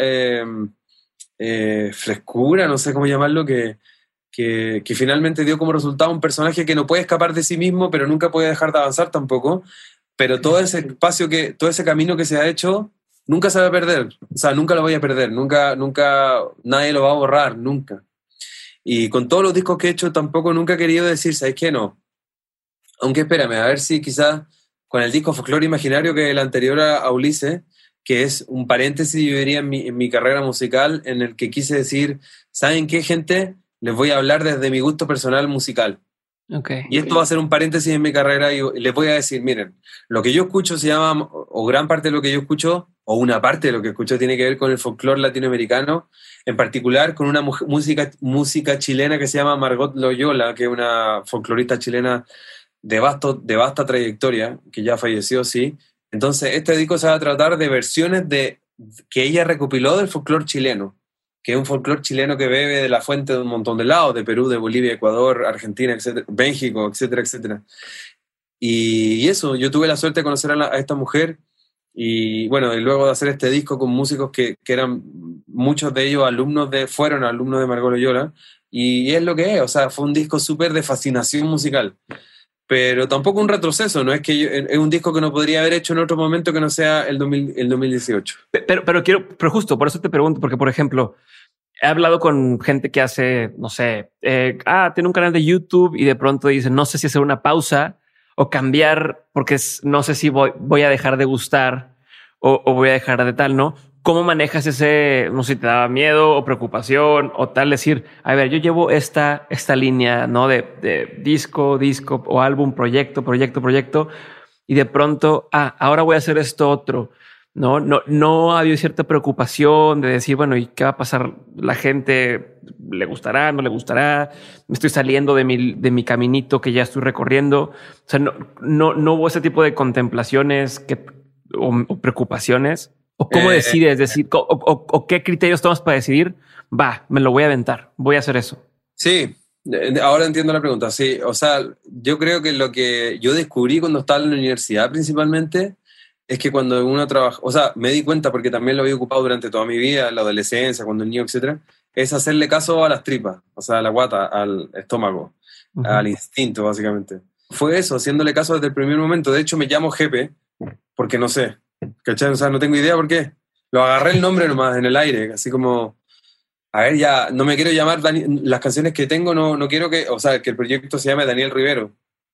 frescura, no sé cómo llamarlo, que finalmente dio como resultado un personaje que no puede escapar de sí mismo, pero nunca puede dejar de avanzar tampoco. Pero todo ese espacio, todo ese camino que se ha hecho, nunca se va a perder. O sea, nunca lo voy a perder, nunca, nadie lo va a borrar, nunca. Y con todos los discos que he hecho, tampoco nunca he querido decir, ¿sabes qué? No. Aunque espérame, a ver si quizás con el disco Folklore Imaginario, que es el anterior a Ulises, que es un paréntesis, yo diría, en mi carrera musical, en el que quise decir, ¿saben qué, gente? Les voy a hablar desde mi gusto personal musical. Okay. Y esto va a ser un paréntesis en mi carrera y les voy a decir, miren, lo que yo escucho se llama, o gran parte de lo que yo escucho, o una parte de lo que escucho tiene que ver con el folclore latinoamericano, en particular con una música chilena que se llama Margot Loyola, que es una folclorista chilena de vasta trayectoria, que ya falleció, sí. Entonces, este disco se va a tratar de versiones que ella recopiló del folclore chileno, que es un folclore chileno que bebe de la fuente de un montón de lados, de Perú, de Bolivia, Ecuador, Argentina, etcétera, México, etcétera, etcétera. Y eso, yo tuve la suerte de conocer a esta mujer y bueno, y luego de hacer este disco con músicos que eran muchos de ellos fueron alumnos de Margot Loyola, y es lo que es, o sea, fue un disco súper de fascinación musical, pero tampoco un retroceso, no es que es un disco que no podría haber hecho en otro momento que no sea el 2018. Pero justo por eso te pregunto, porque por ejemplo, he hablado con gente que hace, no sé, tiene un canal de YouTube y de pronto dice, no sé si hacer una pausa o cambiar porque no sé si voy a dejar de gustar o voy a dejar de tal, ¿no? ¿Cómo manejas ese, no sé si te daba miedo o preocupación o tal? Decir, a ver, yo llevo esta línea, ¿no? De disco o álbum, proyecto, y de pronto, ahora voy a hacer esto otro. No ha habido cierta preocupación de decir, bueno, ¿y qué va a pasar? ¿La gente le gustará, no le gustará? ¿Me estoy saliendo de mi caminito que ya estoy recorriendo? O sea, no hubo ese tipo de contemplaciones o preocupaciones. ¿O cómo decides decir, o qué criterios tomas para decidir? Me lo voy a aventar, voy a hacer eso. Sí, ahora entiendo la pregunta. Sí, o sea, yo creo que lo que yo descubrí cuando estaba en la universidad principalmente es que cuando uno trabaja, o sea, me di cuenta porque también lo había ocupado durante toda mi vida, en la adolescencia, cuando niño, etcétera, es hacerle caso a las tripas, o sea, a la guata, al estómago, al instinto, básicamente. Fue eso, haciéndole caso desde el primer momento. De hecho, me llamo Jepe, porque no sé, ¿cachai? O sea, no tengo idea por qué. Lo agarré el nombre nomás en el aire, así como, a ver, ya, no me quiero llamar las canciones que tengo, no quiero que, o sea, que el proyecto se llame Daniel Rivero,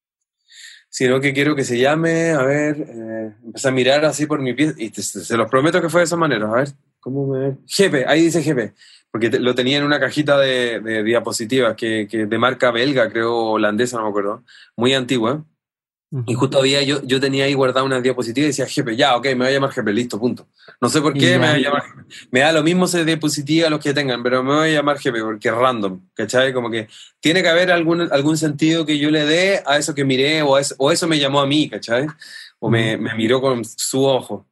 sino que quiero que se llame, a ver, empecé a mirar así por mi pie, y se los prometo que fue de esa manera, a ver, ¿cómo me...? Jepe, ahí dice Jepe, porque lo tenía en una cajita de diapositivas, que de marca belga, creo, holandesa, no me acuerdo, muy antigua, y justo había, yo tenía ahí guardada una diapositiva y decía Jepe, ya, ok, me voy a llamar Jepe, listo, punto. No sé por qué me voy a llamar Jepe. Me da lo mismo esa diapositiva los que tengan, pero me voy a llamar Jepe porque es random, ¿cachai? Como que tiene que haber algún sentido que yo le dé a eso que miré o eso me llamó a mí, ¿cachai? O me miró con su ojo.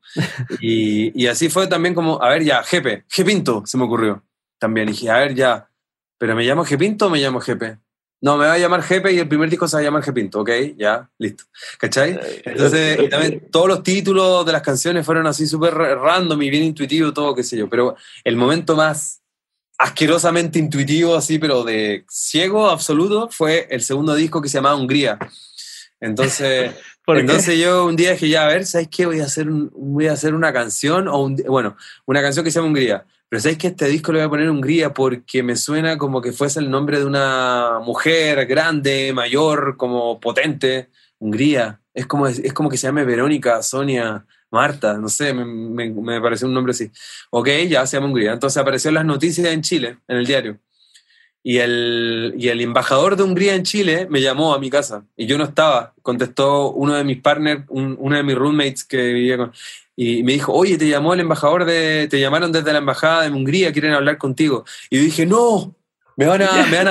Y así fue también como, a ver, ya, Jepe, Jepinto, se me ocurrió. También dije, a ver, ya, ¿pero me llamo Jepinto o me llamo Jepe? No, me va a llamar Jepe y el primer disco se va a llamar Jepinto, ok, ya, listo. ¿Cachai? Entonces, y también todos los títulos de las canciones fueron así súper random y bien intuitivo, todo, qué sé yo. Pero el momento más asquerosamente intuitivo, así, pero de ciego absoluto, fue el segundo disco que se llamaba Hungría. Entonces, yo un día dije, ya, a ver, ¿sabes qué? Voy a hacer una canción, una canción que se llama Hungría. Pero ¿sabes que este disco le voy a poner Hungría porque me suena como que fuese el nombre de una mujer grande, mayor, como potente? Hungría. Es como que se llame Verónica, Sonia, Marta, no sé, me pareció un nombre así. Ok, ya se llama Hungría. Entonces apareció en las noticias en Chile, en el diario. Y el embajador de Hungría en Chile me llamó a mi casa y yo no estaba. Contestó uno de mis partners, uno de mis roommates que vivía con... Y me dijo, oye, te llamó el embajador te llamaron desde la embajada de Hungría, quieren hablar contigo. Y yo dije, no, me van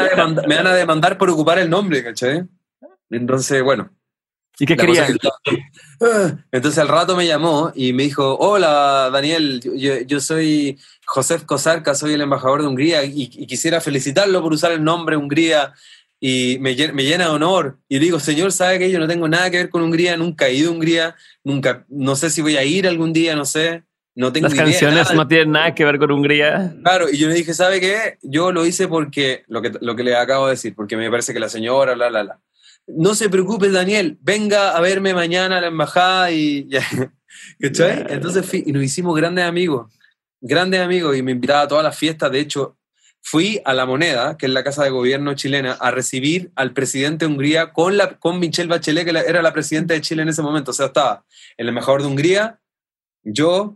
a demandar por ocupar el nombre, ¿cachai? Entonces, bueno. ¿Y qué querían? Entonces al rato me llamó y me dijo, hola Daniel, yo soy Josef Kosarka, soy el embajador de Hungría y quisiera felicitarlo por usar el nombre Hungría y me llena de honor. Y le digo, señor, ¿sabe que yo no tengo nada que ver con Hungría? Nunca he ido a Hungría, nunca, no sé si voy a ir algún día, no sé. No tengo Las canciones no tienen nada que ver con Hungría. Claro, y yo le dije, ¿sabe qué? Yo lo hice porque, lo que le acabo de decir, porque me parece que la señora, bla. No se preocupe, Daniel, venga a verme mañana a la embajada y ya. ¿Cachai? Entonces y nos hicimos grandes amigos, y me invitaba a todas las fiestas. De hecho, fui a La Moneda, que es la casa de gobierno chilena, a recibir al presidente de Hungría con Michelle Bachelet, que era la presidenta de Chile en ese momento. O sea, estaba el embajador de Hungría, yo,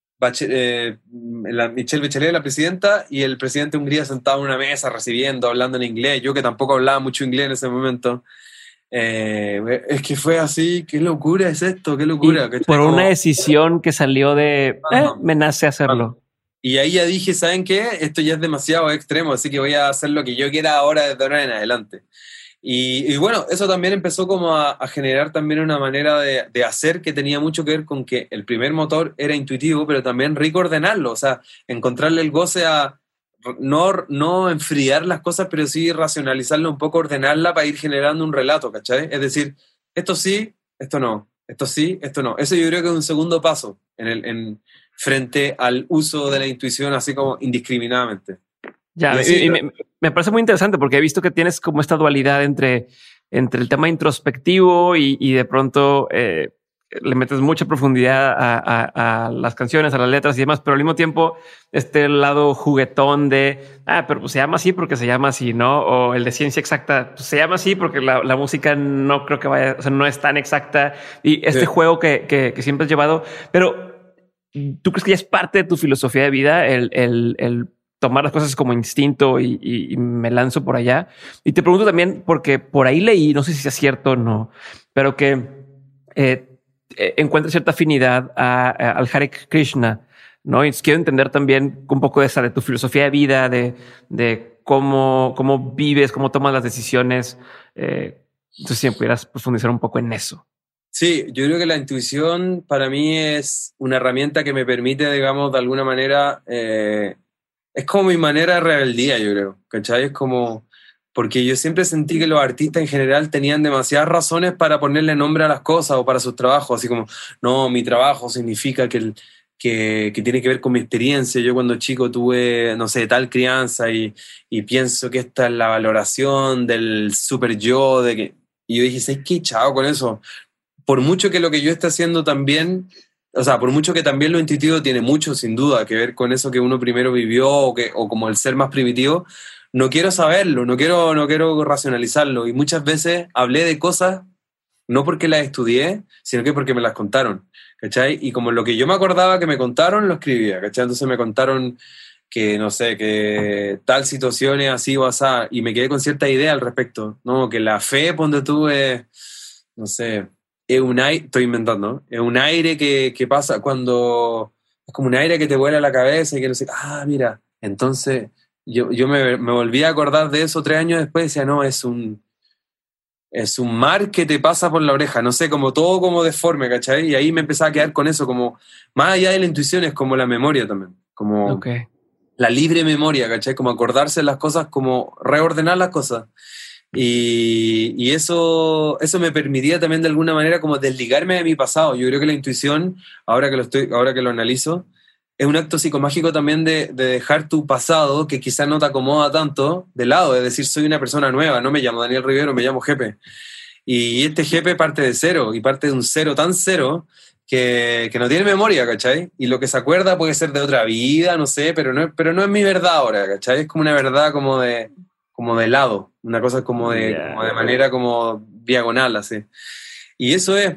Michelle Bachelet, la presidenta, y el presidente de Hungría sentado en una mesa recibiendo, hablando en inglés. Yo que tampoco hablaba mucho inglés en ese momento. Es que fue así, qué locura es esto, qué locura. Y por una decisión que salió de, me nace hacerlo. Y ahí ya dije, ¿saben qué? Esto ya es demasiado extremo, así que voy a hacer lo que yo quiera ahora desde ahora en adelante. Y bueno, eso también empezó como a generar también una manera de hacer que tenía mucho que ver con que el primer motor era intuitivo, pero también rico ordenarlo, o sea, encontrarle el goce a no enfriar las cosas, pero sí racionalizarla un poco, ordenarla para ir generando un relato, ¿cachai? Es decir, esto sí, esto no, esto sí, esto no. Eso yo creo que es un segundo paso frente al uso de la intuición así como indiscriminadamente. Y Ya, así, me parece muy interesante porque he visto que tienes como esta dualidad entre el tema introspectivo y de pronto le metes mucha profundidad a las canciones, a las letras y demás, pero al mismo tiempo este lado juguetón de, pero pues se llama así porque se llama así, ¿no? O el de ciencia exacta, pues se llama así porque la música no creo que vaya, o sea, no es tan exacta. Y este juego que siempre has llevado, pero ¿tú crees que ya es parte de tu filosofía de vida el tomar las cosas como instinto y me lanzo por allá? Y te pregunto también, porque por ahí leí, no sé si es cierto o no, pero que encuentra cierta afinidad al Hare Krishna, ¿no? Y quiero entender también un poco de esa, de tu filosofía de vida, de cómo vives, cómo tomas las decisiones. Entonces, si me pudieras profundizar un poco en eso. sí, yo creo que la intuición para mí es una herramienta que me permite, digamos, de alguna manera, es como mi manera de rebeldía, yo creo, ¿cachai? Es como, porque yo siempre sentí que los artistas en general tenían demasiadas razones para ponerle nombre a las cosas o para sus trabajos, así como, no, mi trabajo significa que tiene que ver con mi experiencia. Yo cuando chico tuve, no sé, tal crianza y pienso que esta es la valoración del super yo, de que... Y yo dije, ¿sabes qué? Chao con eso. Por mucho que lo que yo esté haciendo también, o sea, por mucho que también lo intuitivo tiene mucho, sin duda, que ver con eso que uno primero vivió o como el ser más primitivo, no quiero saberlo, no quiero racionalizarlo. Y muchas veces hablé de cosas no porque las estudié, sino que porque me las contaron, ¿cachai? Y como lo que yo me acordaba que me contaron, lo escribía, ¿cachai? Entonces me contaron que, no sé, que tal situación es así o asá, y me quedé con cierta idea al respecto, ¿no? Que la fe, ponte tú, no sé, es un aire, estoy inventando, ¿no? Es un aire que pasa cuando, es como un aire que te vuela a la cabeza y que no sé, mira, entonces yo me volví a acordar de eso 3 años después y decía, no, es un mar que te pasa por la oreja, no sé, como todo como deforme, ¿cachai? Y ahí me empezaba a quedar con eso, como, más allá de la intuición es como la memoria también, como Ok. la libre memoria, ¿cachai? Como acordarse de las cosas, como reordenar las cosas. Y eso me permitía también de alguna manera como desligarme de mi pasado. Yo creo que la intuición, ahora que lo analizo, es un acto psicomágico también de dejar tu pasado, que quizás no te acomoda tanto, de lado, es decir, soy una persona nueva, no me llamo Daniel Rivero, me llamo Jepe. Y este Jepe parte de cero, y parte de un cero tan cero que no tiene memoria, ¿cachai? Y lo que se acuerda puede ser de otra vida, no sé, pero no es mi verdad ahora, ¿cachai? Es como una verdad como de lado, una cosa como de manera como diagonal, así. Y eso es.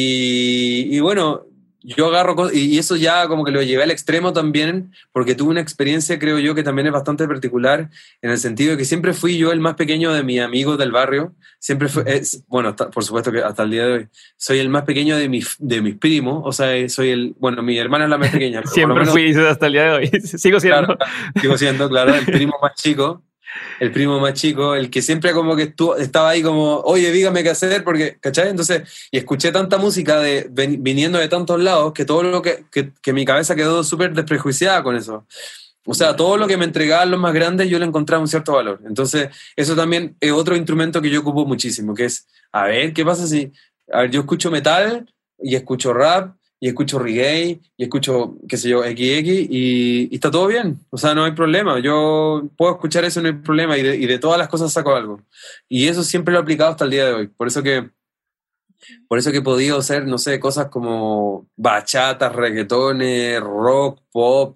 Y bueno, yo agarro cosas, y eso ya como que lo llevé al extremo también, porque tuve una experiencia, creo yo, que también es bastante particular, en el sentido de que siempre fui yo el más pequeño de mis amigos del barrio, siempre fue, bueno, por supuesto que hasta el día de hoy, soy el más pequeño de mis primos, o sea, bueno, mi hermana es la más pequeña, pero por lo Siempre menos, fui hasta el día de hoy. Sigo claro, siendo. claro, sigo siendo, claro, el primo más chico, el que siempre como que estaba ahí como, oye, dígame qué hacer, porque, ¿cachai? Entonces, y escuché tanta música viniendo de tantos lados que todo lo que mi cabeza quedó súper desprejuiciada con eso. O sea, todo lo que me entregaban los más grandes yo le encontraba un cierto valor. Entonces, eso también es otro instrumento que yo ocupo muchísimo, que es, a ver, ¿qué pasa si, a ver, yo escucho metal y escucho rap y escucho reggae y escucho, qué sé yo, XX y está todo bien? O sea, no hay problema. Yo puedo escuchar eso, no hay problema y de todas las cosas saco algo. Y eso siempre lo he aplicado hasta el día de hoy. Por eso que he podido hacer, no sé, cosas como bachatas, reggaetones, rock, pop,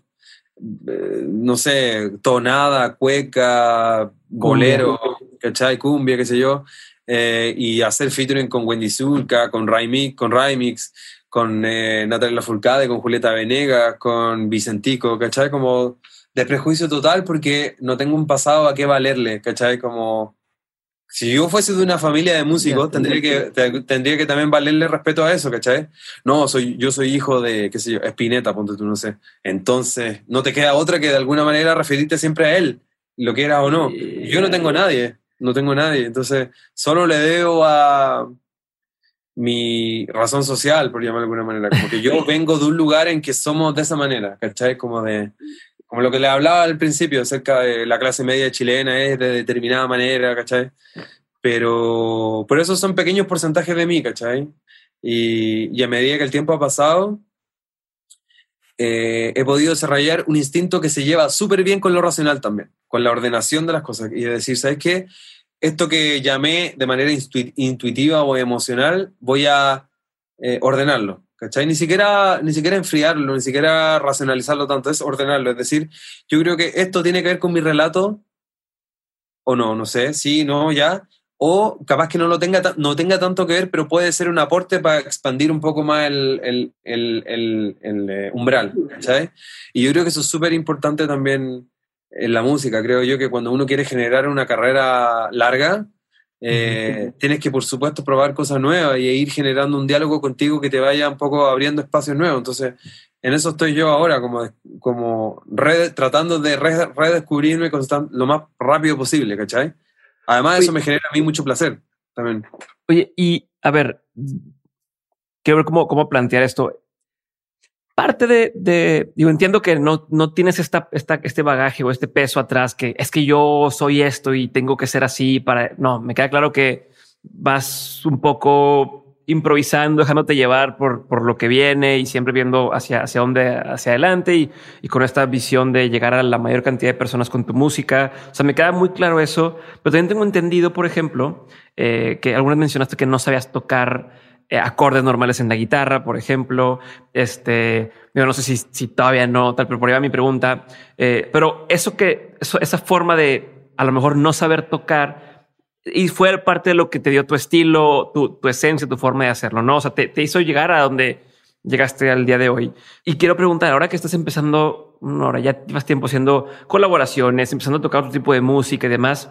no sé, tonada, cueca, Cumbia. bolero, ¿cachai? Cumbia, qué sé yo, y hacer featuring con Wendy Zulka, con Rymix, con Natalia Lafourcade, con Julieta Venegas, con Vicentico, ¿cachai? Como de prejuicio total porque no tengo un pasado a qué valerle, ¿cachai? Como si yo fuese de una familia de Ya. músicos, tendría que también valerle respeto a eso, ¿cachai? No, yo soy hijo de, qué sé yo, Spinetta, ponte tú, no sé. Entonces, no te queda otra que de alguna manera referirte siempre a él, lo quieras o no. Y yo no tengo nadie, no tengo nadie. Entonces, solo le debo a mi razón social, por llamarlo de alguna manera. Como que yo vengo de un lugar en que somos de esa manera, ¿cachai? Como lo que le hablaba al principio acerca de la clase media chilena es de determinada manera, ¿cachai? Pero esos son pequeños porcentajes de mí, ¿cachai? Y a medida que el tiempo ha pasado, he podido desarrollar un instinto que se lleva súper bien con lo racional también, con la ordenación de las cosas. Y decir, ¿sabes qué? Esto que llamé de manera intuitiva o emocional, voy a ordenarlo. ¿Cachai? Ni siquiera enfriarlo, ni siquiera racionalizarlo tanto, es ordenarlo. Es decir, yo creo que esto tiene que ver con mi relato, o no sé, sí, no, ya. O capaz que no tenga tanto que ver, pero puede ser un aporte para expandir un poco más el umbral, ¿sabes? Y yo creo que eso es súper importante también en la música. Creo yo que cuando uno quiere generar una carrera larga, tienes que, por supuesto, probar cosas nuevas y ir generando un diálogo contigo que te vaya un poco abriendo espacios nuevos. Entonces, en eso estoy yo ahora, tratando de redescubrirme lo más rápido posible, ¿cachai? Además, eso me genera a mí mucho placer también. Oye, y a ver, quiero ver cómo plantear esto. Parte digo, entiendo que no tienes este bagaje o este peso atrás, que es que yo soy esto y tengo que ser así no, me queda claro que vas un poco improvisando, dejándote llevar por lo que viene y siempre viendo hacia adelante y con esta visión de llegar a la mayor cantidad de personas con tu música. O sea, me queda muy claro eso, pero también tengo entendido, por ejemplo, que alguna vez mencionaste que no sabías tocar acordes normales en la guitarra, por ejemplo. Yo no sé si todavía no, tal, pero por ahí va mi pregunta. Pero esa forma de a lo mejor no saber tocar y fue parte de lo que te dio tu estilo, tu esencia, tu forma de hacerlo, ¿no? O sea, te hizo llegar a donde llegaste al día de hoy. Y quiero preguntar, ahora que estás empezando, ahora ya llevas tiempo haciendo colaboraciones, empezando a tocar otro tipo de música y demás,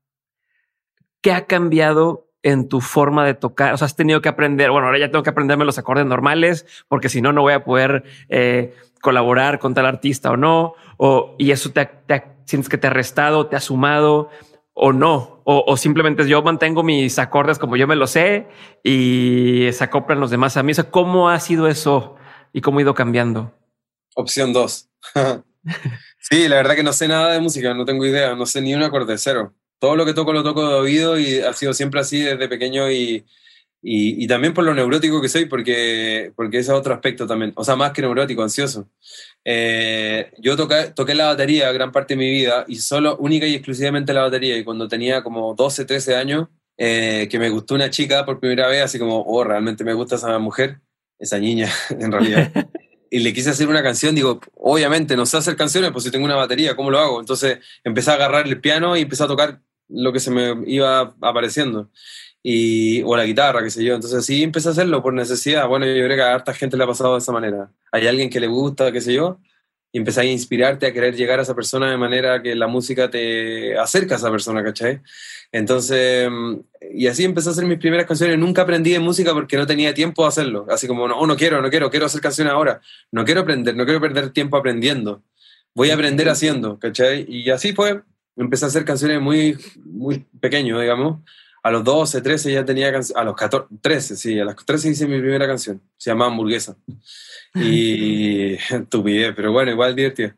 ¿qué ha cambiado en tu forma de tocar? O sea, has tenido que aprender, bueno, ahora ya tengo que aprenderme los acordes normales porque si no, no voy a poder colaborar con tal artista o no. Y eso sientes que te ha restado, te ha sumado o no. O simplemente yo mantengo mis acordes como yo me los sé y se acoplan los demás a mí. O sea, ¿cómo ha sido eso y cómo ha ido cambiando? Opción 2. Sí, la verdad que no sé nada de música, no tengo idea, no sé ni un acorde, cero. Todo lo que toco lo toco de oído y ha sido siempre así desde pequeño y también por lo neurótico que soy, porque ese es otro aspecto también. O sea, más que neurótico, ansioso. Yo toqué la batería gran parte de mi vida y única y exclusivamente la batería. Y cuando tenía como 12, 13 años, que me gustó una chica por primera vez, así como, oh, realmente me gusta esa mujer, esa niña, en realidad. Y le quise hacer una canción, digo, obviamente no sé hacer canciones, pues si tengo una batería, ¿cómo lo hago? Entonces empecé a agarrar el piano y empecé a tocar lo que se me iba apareciendo. O la guitarra, qué sé yo. Entonces sí empecé a hacerlo por necesidad. Bueno, yo creo que a harta gente le ha pasado de esa manera. Hay alguien que le gusta, qué sé yo, y empecé a inspirarte a querer llegar a esa persona de manera que la música te acerca a esa persona, ¿cachai? Entonces, y así empecé a hacer mis primeras canciones. Nunca aprendí de música porque no tenía tiempo de hacerlo. Así como, no quiero hacer canciones ahora. No quiero aprender, no quiero perder tiempo aprendiendo. Voy a aprender haciendo, ¿cachai? Y así fue. Empecé a hacer canciones muy, muy pequeño, digamos. A los 12, 13 ya tenía canciones. A los 14, 13, sí, a los 13 hice mi primera canción. Se llamaba Hamburguesa. Y estupidez, pero bueno, igual divertido.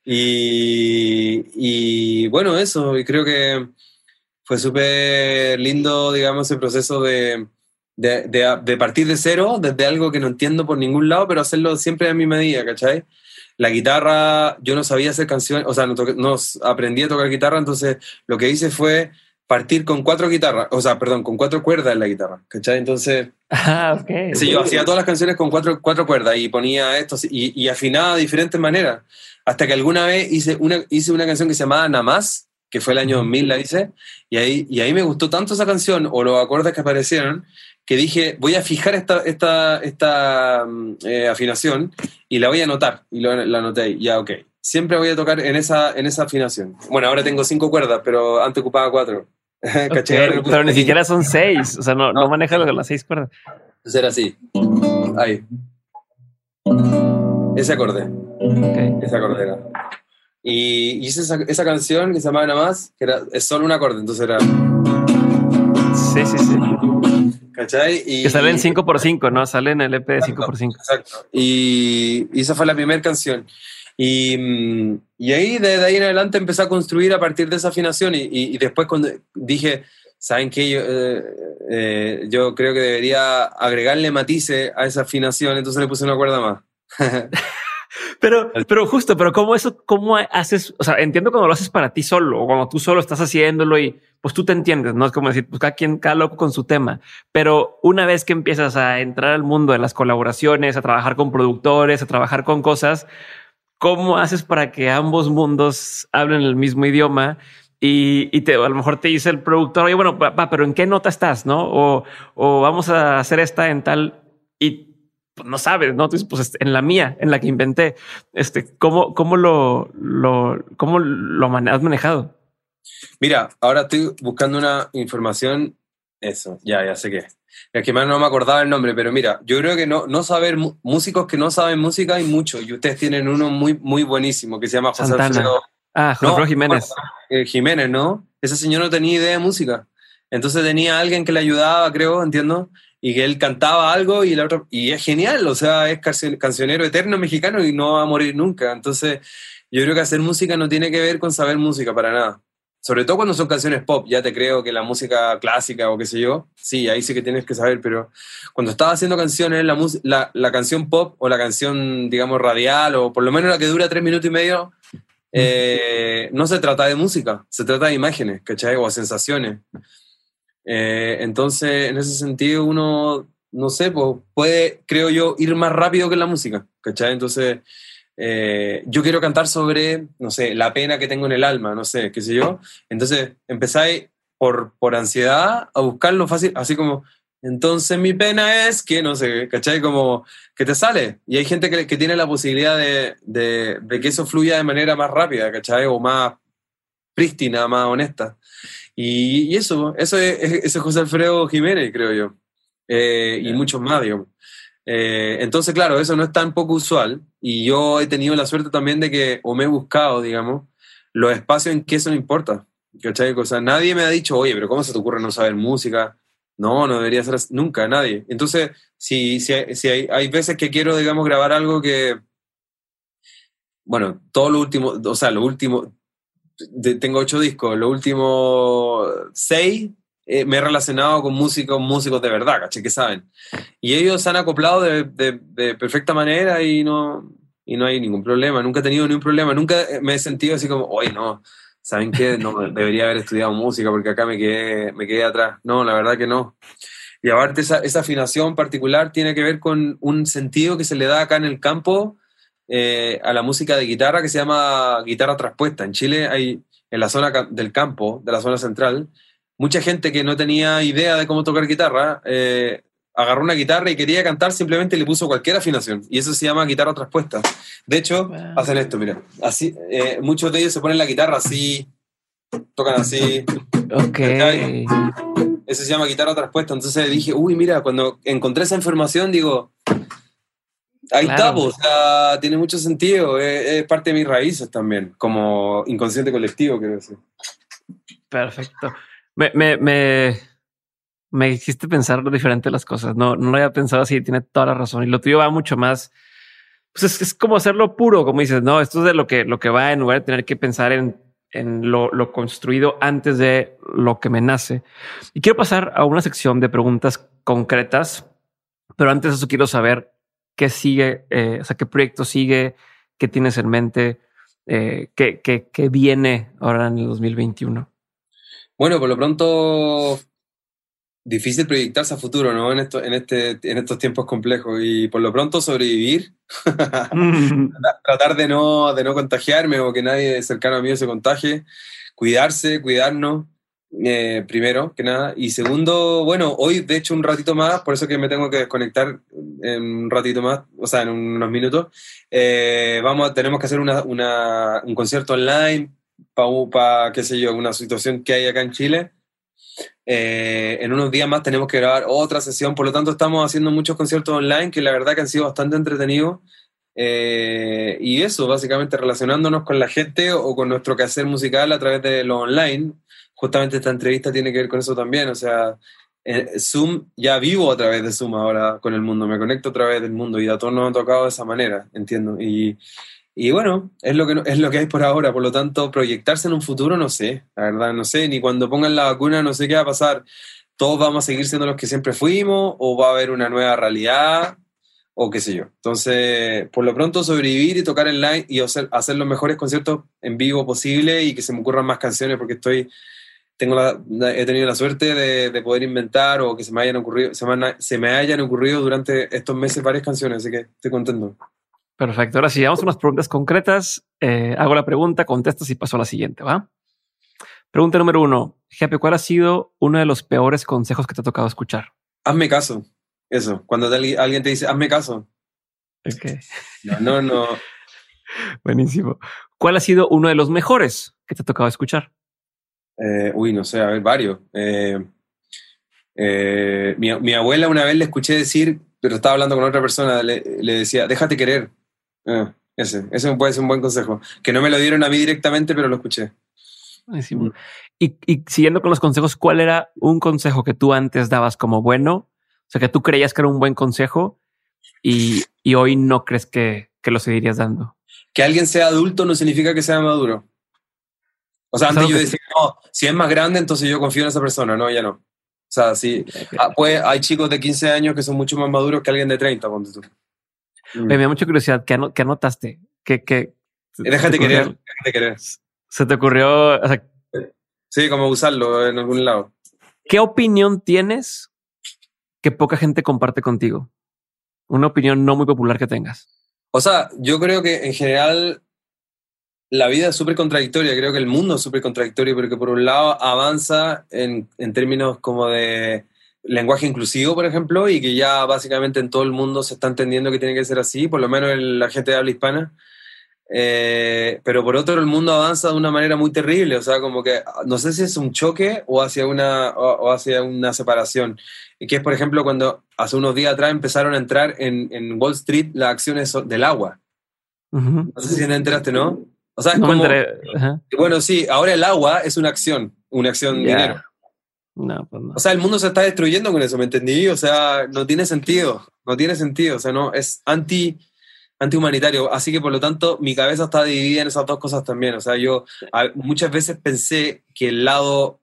Y bueno, eso, y creo que fue súper lindo, digamos, el proceso de partir de cero, desde algo que no entiendo por ningún lado, pero hacerlo siempre a mi medida, ¿cachai? La guitarra, yo no sabía hacer canciones, o sea, no aprendí a tocar guitarra, entonces lo que hice fue partir con 4 guitarras, o sea, perdón, con 4 cuerdas en la guitarra, ¿cachai? Entonces, Okay. sí, yo hacía todas las canciones con 4 cuerdas y ponía esto y afinaba de diferentes maneras, hasta que alguna vez hice una canción que se llamaba Namás, que fue el año 2000 la hice, y ahí me gustó tanto esa canción, o los acordes que aparecieron, que dije, voy a fijar esta afinación y la voy a anotar, y la anoté, ya, ok. Siempre voy a tocar en esa afinación. Bueno, ahora tengo 5 cuerdas, pero antes ocupaba 4. Okay, pero ni siquiera son 6, o sea, no manejas las 6 cuerdas. Entonces era así. Ahí. Ese acorde. Okay. Esa acorde era. Y hice esa canción que se llamaba Nada Más, que es solo un acorde, entonces era... Sí. ¿Cachai? Que sale en 5x5, ¿no? Sale en el EP de 5x5. Exacto. Y esa fue la primera canción. Y ahí, desde ahí en adelante, empecé a construir a partir de esa afinación. Y después cuando dije, ¿saben qué? Yo creo que debería agregarle matices a esa afinación, entonces le puse una cuerda más. Pero justo, pero cómo haces? O sea, entiendo cuando lo haces para ti solo o cuando tú solo estás haciéndolo y pues tú te entiendes, no es como decir, pues cada loco con su tema. Pero una vez que empiezas a entrar al mundo de las colaboraciones, a trabajar con productores, a trabajar con cosas, ¿cómo haces para que ambos mundos hablen el mismo idioma? A lo mejor te dice el productor, oye, bueno, pero ¿en qué nota estás? ¿No? O vamos a hacer esta en tal y pues, no sabes, ¿no? Entonces, pues en la mía, en la que inventé, ¿cómo has manejado? Mira, ahora estoy buscando una información, eso, ya sé qué. Es que más no me acordaba el nombre, pero mira, yo creo que no saber, músicos que no saben música hay muchos, y ustedes tienen uno muy buenísimo que se llama José Santana. Alfredo. José No, Alfredo Jiménez. Jiménez, ¿no? Ese señor no tenía idea de música. Entonces tenía alguien que le ayudaba, creo, entiendo, y que él cantaba algo y la otra, y es genial, o sea, es cancionero eterno mexicano y no va a morir nunca. Entonces, yo creo que hacer música no tiene que ver con saber música para nada. Sobre todo cuando son canciones pop, ya te creo que la música clásica o qué sé yo, sí, ahí sí que tienes que saber, pero cuando estás haciendo canciones, la canción pop o la canción, digamos, radial, o por lo menos la que dura 3 minutos y medio, no se trata de música, se trata de imágenes, ¿cachai? O sensaciones. Entonces, en ese sentido, uno, no sé, pues, puede, creo yo, ir más rápido que la música, ¿cachai? Entonces, yo quiero cantar sobre, no sé, la pena que tengo en el alma, no sé, qué sé yo. Entonces, empezáis por ansiedad a buscarlo fácil, así como, entonces mi pena es que, no sé, ¿cachai? Como que te sale. Y hay gente que tiene la posibilidad de que eso fluya de manera más rápida, ¿cachai? O más prístina, más honesta. Y eso es José Alfredo Jiménez, creo yo. Y muchos más, digamos. Entonces, claro, eso no es tan poco usual. Y yo he tenido la suerte también de que, o me he buscado, digamos, los espacios en que eso no importa. ¿Cachai? O sea, nadie me ha dicho, oye, pero ¿cómo se te ocurre no saber música? No debería ser así. Nunca, nadie. Entonces, si hay veces que quiero, digamos, grabar algo que, bueno, todo lo último, o sea, lo último, tengo 8 discos, los últimos 6 me he relacionado con músicos de verdad, ¿cachai? Que saben. Y ellos se han acoplado de perfecta manera y no hay ningún problema. Nunca he tenido ningún problema. Nunca me he sentido así como, oye, no, ¿saben qué? No, debería haber estudiado música porque acá me quedé atrás. No, la verdad que no. Y aparte esa afinación particular tiene que ver con un sentido que se le da acá en el campo a la música de guitarra que se llama guitarra traspuesta. En Chile hay, en la zona del campo, de la zona central, mucha gente que no tenía idea de cómo tocar guitarra, agarró una guitarra y quería cantar, simplemente le puso cualquier afinación. Y eso se llama guitarra traspuesta. De hecho, hacen esto, mira. Así, muchos de ellos se ponen la guitarra así, tocan así. Ok. Eso se llama guitarra traspuesta. Entonces dije, uy, mira, cuando encontré esa información, digo, ahí está, o sea, tiene mucho sentido. Es parte de mis raíces también, como inconsciente colectivo, quiero decir. Perfecto. Me hiciste pensar diferente las cosas. No lo había pensado así. Tiene toda la razón. Y lo tuyo va mucho más. Pues es como hacerlo puro, como dices. No, esto es de lo que va en lugar de tener que pensar en lo construido antes de lo que me nace. Y quiero pasar a una sección de preguntas concretas, pero antes de eso quiero saber qué sigue, o sea, qué proyecto sigue, qué tienes en mente, qué viene ahora en el 2021. Bueno, por lo pronto, difícil proyectarse a futuro, ¿no? En estos tiempos complejos. Y por lo pronto sobrevivir, tratar de no contagiarme o que nadie cercano a mí se contagie, cuidarse, cuidarnos, primero que nada. Y segundo, bueno, hoy de hecho un ratito más, por eso que me tengo que desconectar en un ratito más, o sea, en unos minutos, tenemos que hacer un concierto online para, qué sé yo, una situación que hay acá en Chile. En unos días más tenemos que grabar otra sesión, por lo tanto estamos haciendo muchos conciertos online que la verdad que han sido bastante entretenidos, y eso, básicamente relacionándonos con la gente o con nuestro quehacer musical a través de lo online. Justamente esta entrevista tiene que ver con eso también, o sea, Zoom, ya vivo a través de Zoom ahora con el mundo, me conecto a través del mundo y a todos nos ha tocado de esa manera, entiendo, y Y bueno, es lo que hay por ahora. Por lo tanto, proyectarse en un futuro, no sé. La verdad, no sé. Ni cuando pongan la vacuna, no sé qué va a pasar. ¿Todos vamos a seguir siendo los que siempre fuimos? ¿O va a haber una nueva realidad? O qué sé yo. Entonces, por lo pronto, sobrevivir y tocar en live y hacer los mejores conciertos en vivo posible y que se me ocurran más canciones porque he tenido la suerte de poder inventar o que se me hayan ocurrido durante estos meses varias canciones, así que estoy contento. Perfecto. Ahora sí, vamos a unas preguntas concretas. Hago la pregunta, contestas y paso a la siguiente, ¿va? Pregunta número 1. Jefe, ¿cuál ha sido uno de los peores consejos que te ha tocado escuchar? Hazme caso. Eso. Cuando alguien te dice, hazme caso. Okay. No. Buenísimo. ¿Cuál ha sido uno de los mejores que te ha tocado escuchar? No sé, a ver, varios. Mi abuela una vez le escuché decir, pero estaba hablando con otra persona, le decía, déjate querer. Ese puede ser un buen consejo. Que no me lo dieron a mí directamente, pero lo escuché. Buenísimo. Y siguiendo con los consejos, ¿cuál era un consejo que tú antes dabas como bueno? O sea, que tú creías que era un buen consejo y hoy no crees que lo seguirías dando. Que alguien sea adulto no significa que sea maduro. O sea, antes yo decía, no, si es más grande, entonces yo confío en esa persona. No, ya no. O sea, sí. Pues hay chicos de 15 años que son mucho más maduros que alguien de 30, ponte tú. Me da mucha curiosidad. ¿Qué anotaste? Déjate querer. ¿Se te ocurrió? O sea, sí, como usarlo en algún lado. ¿Qué opinión tienes que poca gente comparte contigo? Una opinión no muy popular que tengas. O sea, yo creo que en general la vida es súper contradictoria. Creo que el mundo es súper contradictorio porque por un lado avanza en términos como de lenguaje inclusivo, por ejemplo, y que ya básicamente en todo el mundo se está entendiendo que tiene que ser así, por lo menos en la gente de habla hispana. Pero por otro, el mundo avanza de una manera muy terrible, o sea, como que no sé si es un choque o hacia una separación. Y que es, por ejemplo, cuando hace unos días atrás empezaron a entrar en Wall Street las acciones del agua. No sé si te enteraste, ¿no? O sea, es como, bueno, sí, ahora el agua es una acción dinero. No, pues no. O sea, el mundo se está destruyendo con eso, ¿me entendí? O sea, no tiene sentido, o sea, no, es antihumanitario, así que por lo tanto mi cabeza está dividida en esas dos cosas también. O sea, yo muchas veces pensé que el lado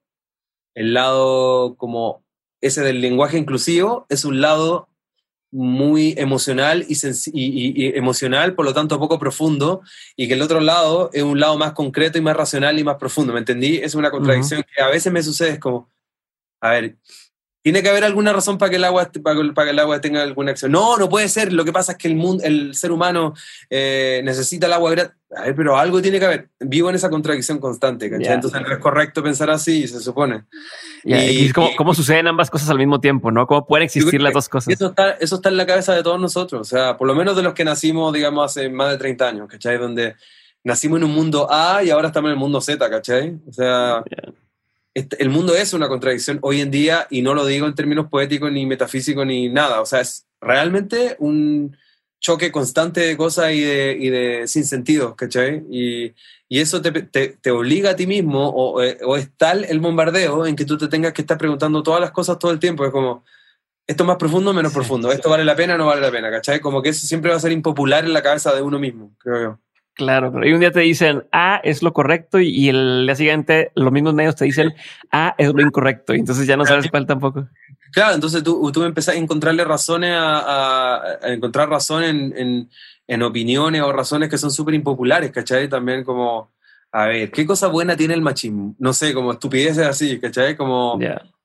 como ese del lenguaje inclusivo es un lado muy emocional y emocional, por lo tanto poco profundo, y que el otro lado es un lado más concreto y más racional y más profundo, ¿me entendí? Es una contradicción que a veces me sucede, es como, a ver, ¿tiene que haber alguna razón para que el agua tenga alguna acción? No puede ser. Lo que pasa es que el ser humano necesita el agua gratis. A ver, pero algo tiene que haber. Vivo en esa contradicción constante, ¿cachai? Entonces no es correcto pensar así, se supone. Y ¿cómo suceden ambas cosas al mismo tiempo, no? ¿Cómo pueden existir las dos cosas? Eso está en la cabeza de todos nosotros. O sea, por lo menos de los que nacimos, digamos, hace más de 30 años, ¿cachai? Donde nacimos en un mundo A y ahora estamos en el mundo Z, ¿cachai? O sea... El mundo es una contradicción hoy en día, y no lo digo en términos poéticos ni metafísicos ni nada. O sea, es realmente un choque constante de cosas y de sinsentidos, ¿cachai? Y eso te obliga a ti mismo, o es tal el bombardeo en que tú te tengas que estar preguntando todas las cosas todo el tiempo. Es como, ¿esto es más profundo o menos profundo? ¿Esto vale la pena o no vale la pena? ¿Cachai? Como que eso siempre va a ser impopular en la cabeza de uno mismo, creo yo. Claro, pero un día te dicen A es lo correcto y el día siguiente los mismos medios te dicen A es lo incorrecto, y entonces ya no sabes cuál tampoco. Claro, entonces tú empezás a encontrarle razones a encontrar razón en opiniones o razones que son súper impopulares, ¿cachai? También como, a ver, ¿qué cosa buena tiene el machismo? No sé, como estupideces así, ¿cachai? Como,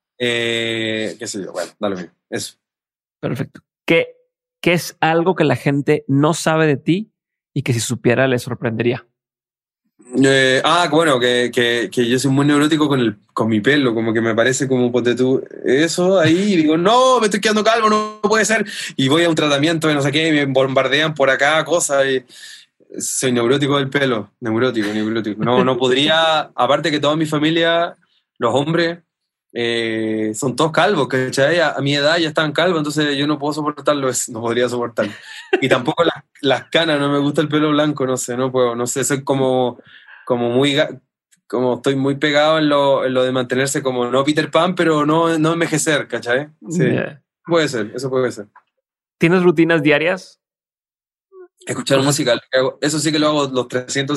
qué sé yo, bueno, dale bien, eso. Perfecto. ¿Qué es algo que la gente no sabe de ti y que si supiera le sorprendería? Bueno, que yo soy muy neurótico con mi pelo, como que me parece como, ponte tú, eso ahí, y digo, no, me estoy quedando calvo, no puede ser, y voy a un tratamiento de no sé qué, y me bombardean por acá cosas, y soy neurótico del pelo, neurótico. No podría, aparte que toda mi familia, los hombres, son todos calvos, ¿cachai? A mi edad ya están calvos, entonces yo no puedo soportarlo, no podría soportarlo. Y tampoco las canas, no me gusta el pelo blanco, no sé, no puedo, no sé, soy como estoy muy pegado en lo de mantenerse como no Peter Pan, pero no envejecer, ¿cachai? Sí, puede ser, eso puede ser. ¿Tienes rutinas diarias? Escuchar música, eso sí que lo hago los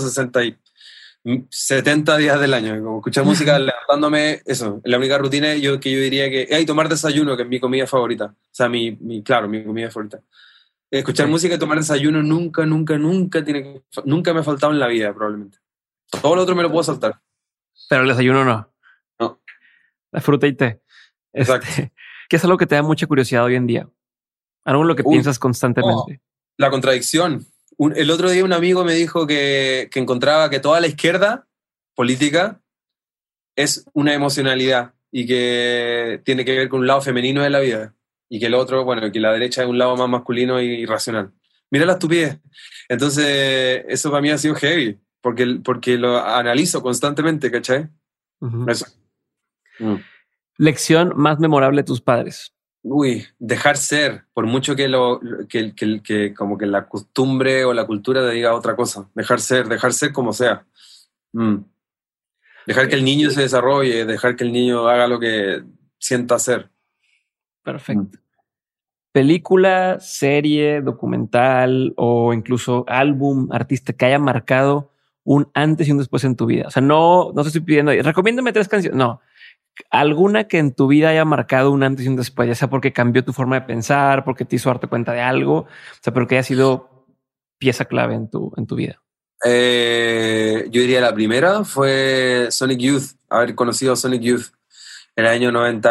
370 días del año. Como escuchar música levantándome, eso, es la única rutina que yo diría que... Y tomar desayuno, que es mi comida favorita. O sea, claro, mi comida favorita. Escuchar música y tomar desayuno nunca me ha faltado en la vida, probablemente. Todo lo otro me lo puedo saltar. Pero el desayuno no. No. La fruta y té. Exacto. ¿Qué es algo que te da mucha curiosidad hoy en día? Algo en lo que piensas constantemente. La contradicción. El otro día un amigo me dijo que encontraba que toda la izquierda política es una emocionalidad y que tiene que ver con un lado femenino de la vida. Y que el otro, bueno, que la derecha es un lado más masculino y racional. Mira la estupidez. Entonces, eso para mí ha sido heavy, porque lo analizo constantemente, ¿cachai? Uh-huh. Eso. Lección más memorable de tus padres. Uy, dejar ser, por mucho que como que la costumbre o la cultura te diga otra cosa. Dejar ser como sea. Dejar que el niño se desarrolle, dejar que el niño haga lo que sienta hacer. Perfecto. Película, serie, documental o incluso álbum, artista que haya marcado un antes y un después en tu vida. O sea, no te estoy pidiendo, recomiéndame 3 canciones. No, alguna que en tu vida haya marcado un antes y un después, ya sea porque cambió tu forma de pensar, porque te hizo darte cuenta de algo, o sea, pero que haya sido pieza clave en tu vida. Yo diría la primera fue Sonic Youth, haber conocido a Sonic Youth en el año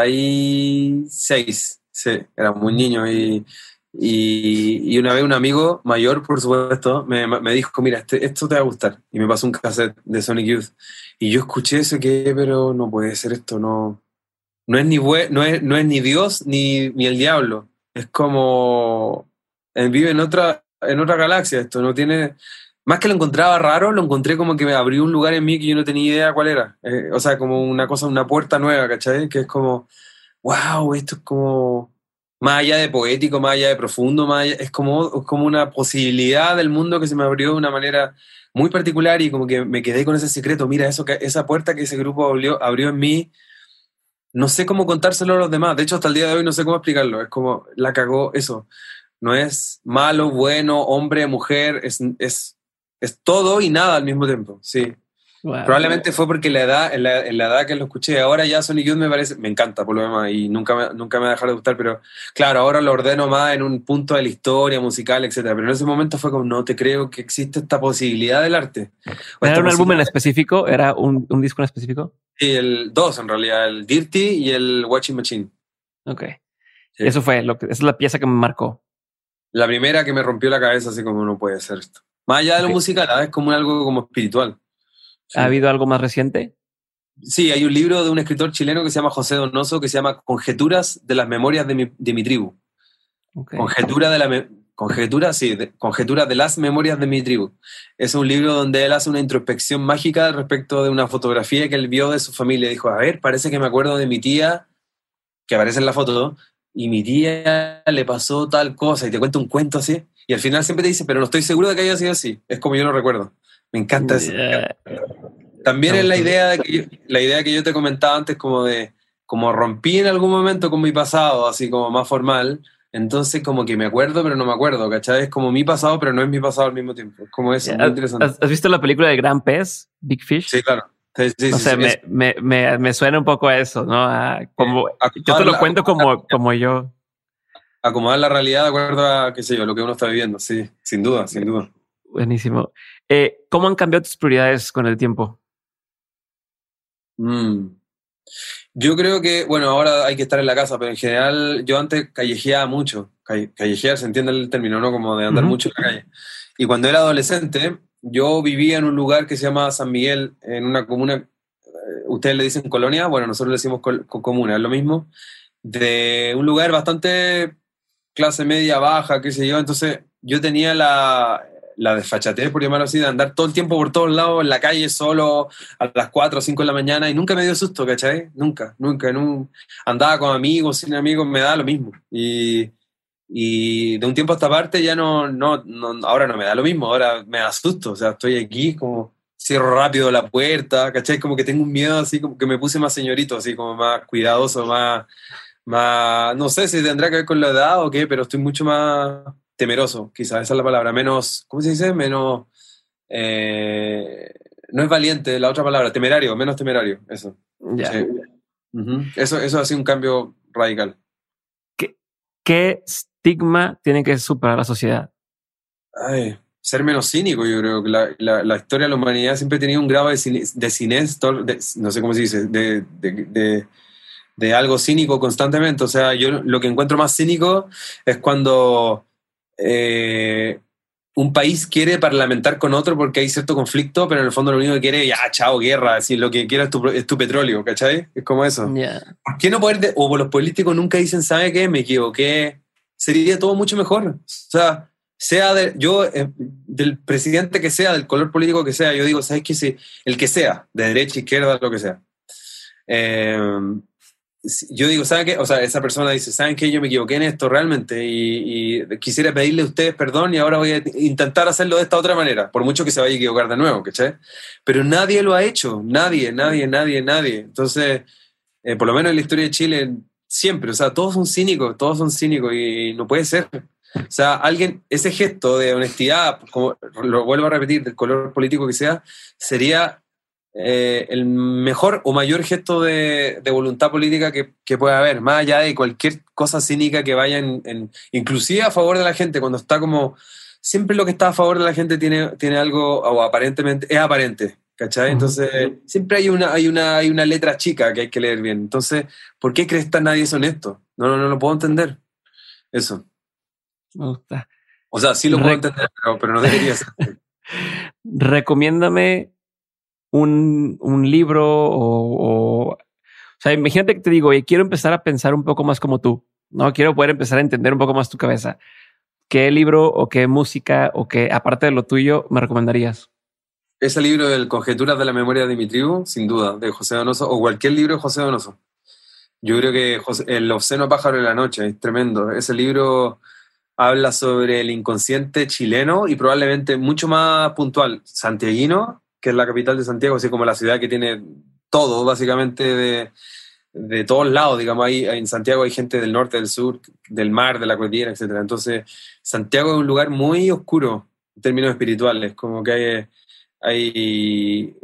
96. Sí, era muy niño y una vez un amigo mayor, por supuesto, me dijo, mira, esto te va a gustar. Y me pasó un cassette de Sonic Youth. Y yo escuché eso pero no puede ser esto, no es ni no es ni Dios ni el diablo. Es como vive en otra galaxia. Esto no tiene... Más que lo encontraba raro, lo encontré como que me abrió un lugar en mí que yo no tenía idea cuál era. O sea, como una cosa, una puerta nueva, ¿cachai? Que es como, wow, esto es como... Más allá de poético, más allá de profundo, es como una posibilidad del mundo que se me abrió de una manera muy particular y como que me quedé con ese secreto. Mira, esa puerta que ese grupo abrió en mí, no sé cómo contárselo a los demás. De hecho, hasta el día de hoy no sé cómo explicarlo. Es como, la cagó eso. No es malo, bueno, hombre, mujer, es todo y nada al mismo tiempo, sí. Wow. Probablemente fue porque en la edad que lo escuché. Ahora ya Sonic Youth me encanta por lo demás y nunca me va a dejar de gustar, pero claro, ahora lo ordeno más en un punto de la historia musical, etcétera. Pero en ese momento fue como, no te creo que existe esta posibilidad del arte. ¿Era un álbum en específico? ¿Era un disco en específico? Sí, el 2 en realidad, el Dirty y el Watching Machine. Ok. Sí. Eso fue esa es la pieza que me marcó. La primera que me rompió la cabeza, así como no puede ser esto. Más allá de lo musical, es como algo como espiritual. Sí. ¿Ha habido algo más reciente? Sí, hay un libro de un escritor chileno que se llama José Donoso que se llama Conjeturas de las memorias de mi tribu. Okay. Conjeturas de las memorias de mi tribu. Es un libro donde él hace una introspección mágica respecto de una fotografía que él vio de su familia. Dijo, a ver, parece que me acuerdo de mi tía, que aparece en la foto, y mi tía le pasó tal cosa, y te cuenta un cuento así, y al final siempre te dice, pero no estoy seguro de que haya sido así. Es como yo lo recuerdo. Me encanta eso. También es la idea que yo te comentaba antes, como rompí en algún momento con mi pasado, así como más formal, entonces como que me acuerdo pero no me acuerdo, ¿cachai? Es como mi pasado pero no es mi pasado al mismo tiempo. Es como eso, muy interesante. ¿Has visto la película de Gran Pez, Big Fish? Sí, claro. Sí, o sea, me suena un poco a eso, ¿no? Yo te lo cuento como yo. Acomodar la realidad de acuerdo a, qué sé yo, lo que uno está viviendo, sí, sin duda. Buenísimo. ¿Cómo han cambiado tus prioridades con el tiempo? Yo creo que, bueno, ahora hay que estar en la casa, pero en general yo antes callejeaba mucho. Callejear, se entiende el término, ¿no? Como de andar mucho en la calle. Y cuando era adolescente, yo vivía en un lugar que se llama San Miguel, en una comuna, ustedes le dicen colonia, bueno, nosotros le decimos comuna, es lo mismo, de un lugar bastante clase media, baja, qué sé yo. Entonces yo tenía la desfachatez, por llamarlo así, de andar todo el tiempo por todos lados en la calle solo a las 4 o 5 de la mañana y nunca me dio susto, ¿cachai? Nunca. Andaba con amigos, sin amigos, me da lo mismo. Y de un tiempo a esta parte ya no, ahora no me da lo mismo, ahora me da susto. O sea, estoy aquí como cierro rápido la puerta, ¿cachai? Como que tengo un miedo así, como que me puse más señorito, así como más cuidadoso, más no sé si tendrá que ver con la edad o qué, pero estoy mucho más temeroso, quizás esa es la palabra, menos, ¿cómo se dice? Menos, no es valiente, la otra palabra, temerario, menos temerario, eso. Ya. Sí. Eso ha sido un cambio radical. ¿Qué estigma tiene que superar la sociedad? Ay, ser menos cínico, yo creo que la historia de la humanidad siempre ha tenido un grado de cinez, no sé cómo se dice, de algo cínico constantemente. O sea, yo lo que encuentro más cínico es cuando un país quiere parlamentar con otro porque hay cierto conflicto, pero en el fondo lo único que quiere es, ya, chao, guerra, así, lo que quiere es tu petróleo, ¿cachai? Es como eso. Yeah. ¿Por qué no poder, o los políticos nunca dicen, ¿sabe qué? Me equivoqué. Sería todo mucho mejor. O sea, del presidente que sea, del color político que sea, yo digo, ¿sabes qué? Sí, el que sea, de derecha, izquierda, lo que sea. Yo digo, ¿saben qué? O sea, esa persona dice, ¿saben qué? Yo me equivoqué en esto realmente y quisiera pedirle a ustedes perdón y ahora voy a intentar hacerlo de esta otra manera, por mucho que se vaya a equivocar de nuevo, ¿cachai? Pero nadie lo ha hecho, nadie. Entonces, por lo menos en la historia de Chile, siempre, o sea, todos son cínicos y no puede ser. O sea, ese gesto de honestidad, como lo vuelvo a repetir, del color político que sea, sería el mejor o mayor gesto de voluntad política que pueda haber, más allá de cualquier cosa cínica que vaya inclusive a favor de la gente, cuando está como, siempre lo que está a favor de la gente tiene algo, o aparentemente, es aparente, ¿cachai? Entonces, siempre hay una letra chica que hay que leer bien. Entonces, ¿por qué crees que nadie es honesto? No lo puedo entender. Eso. Me gusta. O sea, sí lo puedo entender, pero no debería ser. Recomiéndame un libro o sea, imagínate que te digo, oye, quiero empezar a pensar un poco más como tú, ¿no? Quiero poder empezar a entender un poco más tu cabeza. ¿Qué libro o qué música o qué, aparte de lo tuyo, me recomendarías? Ese libro del Conjeturas de la Memoria de mi Tribu, sin duda, de José Donoso, o cualquier libro de José Donoso. Yo creo que El obsceno pájaro de la noche es tremendo. Ese libro habla sobre el inconsciente chileno y probablemente mucho más puntual, santiaguino, que es la capital de Santiago, así como la ciudad que tiene todo, básicamente, de todos lados, digamos. En Santiago hay gente del norte, del sur, del mar, de la cordillera, etc. Entonces, Santiago es un lugar muy oscuro en términos espirituales, como que ahí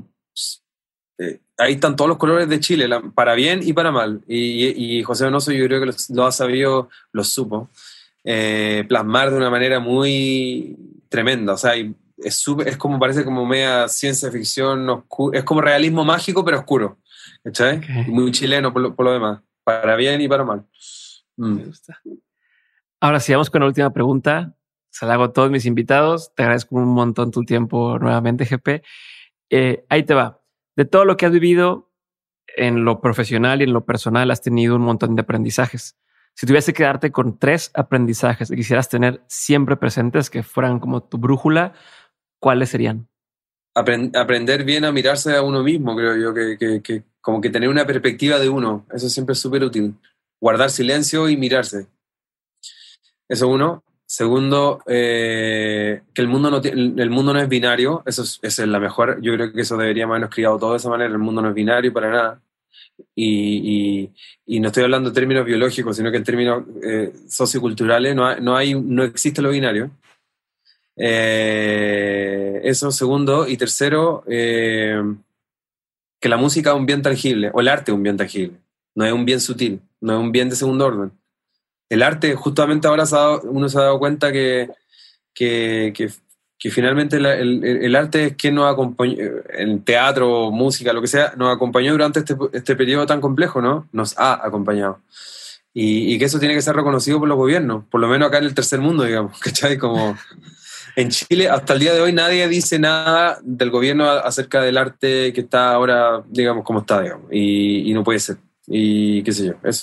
están todos los colores de Chile, para bien y para mal. Y José Donoso, yo creo que lo ha sabido, lo supo plasmar de una manera muy tremenda. O sea, es como, parece como media ciencia ficción oscura, es como realismo mágico pero oscuro, ¿cachai? Okay. Muy chileno por lo demás, para bien y para mal. Me gusta. Ahora sí, vamos con la última pregunta. Se la hago a todos mis invitados. Te agradezco un montón tu tiempo nuevamente, GP. Ahí te va. De todo lo que has vivido en lo profesional y en lo personal, has tenido un montón de aprendizajes. Si tuviese que quedarte con 3 aprendizajes que quisieras tener siempre presentes, que fueran como tu brújula, ¿cuáles serían? Aprender bien a mirarse a uno mismo, creo yo, que como que tener una perspectiva de uno, eso siempre es súper útil. Guardar silencio y mirarse. Eso uno. Segundo, que el mundo no es binario, esa es la mejor, yo creo que eso debería habernos criado todo de esa manera, el mundo no es binario para nada. Y no estoy hablando en términos biológicos, sino que en términos socioculturales no existe lo binario. Eso, segundo. Y tercero, que la música es un bien tangible, o el arte es un bien tangible, no es un bien sutil, no es un bien de segundo orden. El arte, justamente ahora uno se ha dado cuenta que finalmente el arte es quien nos acompañó, en teatro, música, lo que sea, nos acompañó durante este periodo tan complejo, ¿no? Nos ha acompañado. Y que eso tiene que ser reconocido por los gobiernos, por lo menos acá en el tercer mundo, digamos, ¿cachai? Como en Chile, hasta el día de hoy, nadie dice nada del gobierno acerca del arte que está ahora, digamos, como está, digamos, y no puede ser. Y qué sé yo, eso.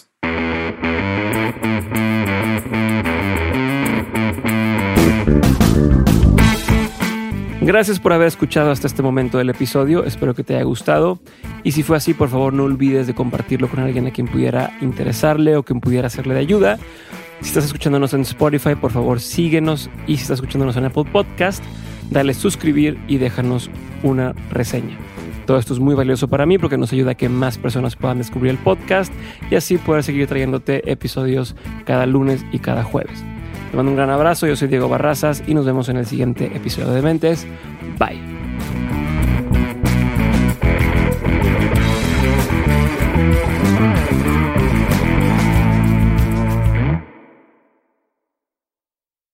Gracias por haber escuchado hasta este momento del episodio. Espero que te haya gustado. Y si fue así, por favor, no olvides de compartirlo con alguien a quien pudiera interesarle o quien pudiera serle de ayuda. Si estás escuchándonos en Spotify, por favor, síguenos. Y si estás escuchándonos en Apple Podcast, dale suscribir y déjanos una reseña. Todo esto es muy valioso para mí porque nos ayuda a que más personas puedan descubrir el podcast y así poder seguir trayéndote episodios cada lunes y cada jueves. Te mando un gran abrazo. Yo soy Diego Barrazas y nos vemos en el siguiente episodio de Mentes. Bye.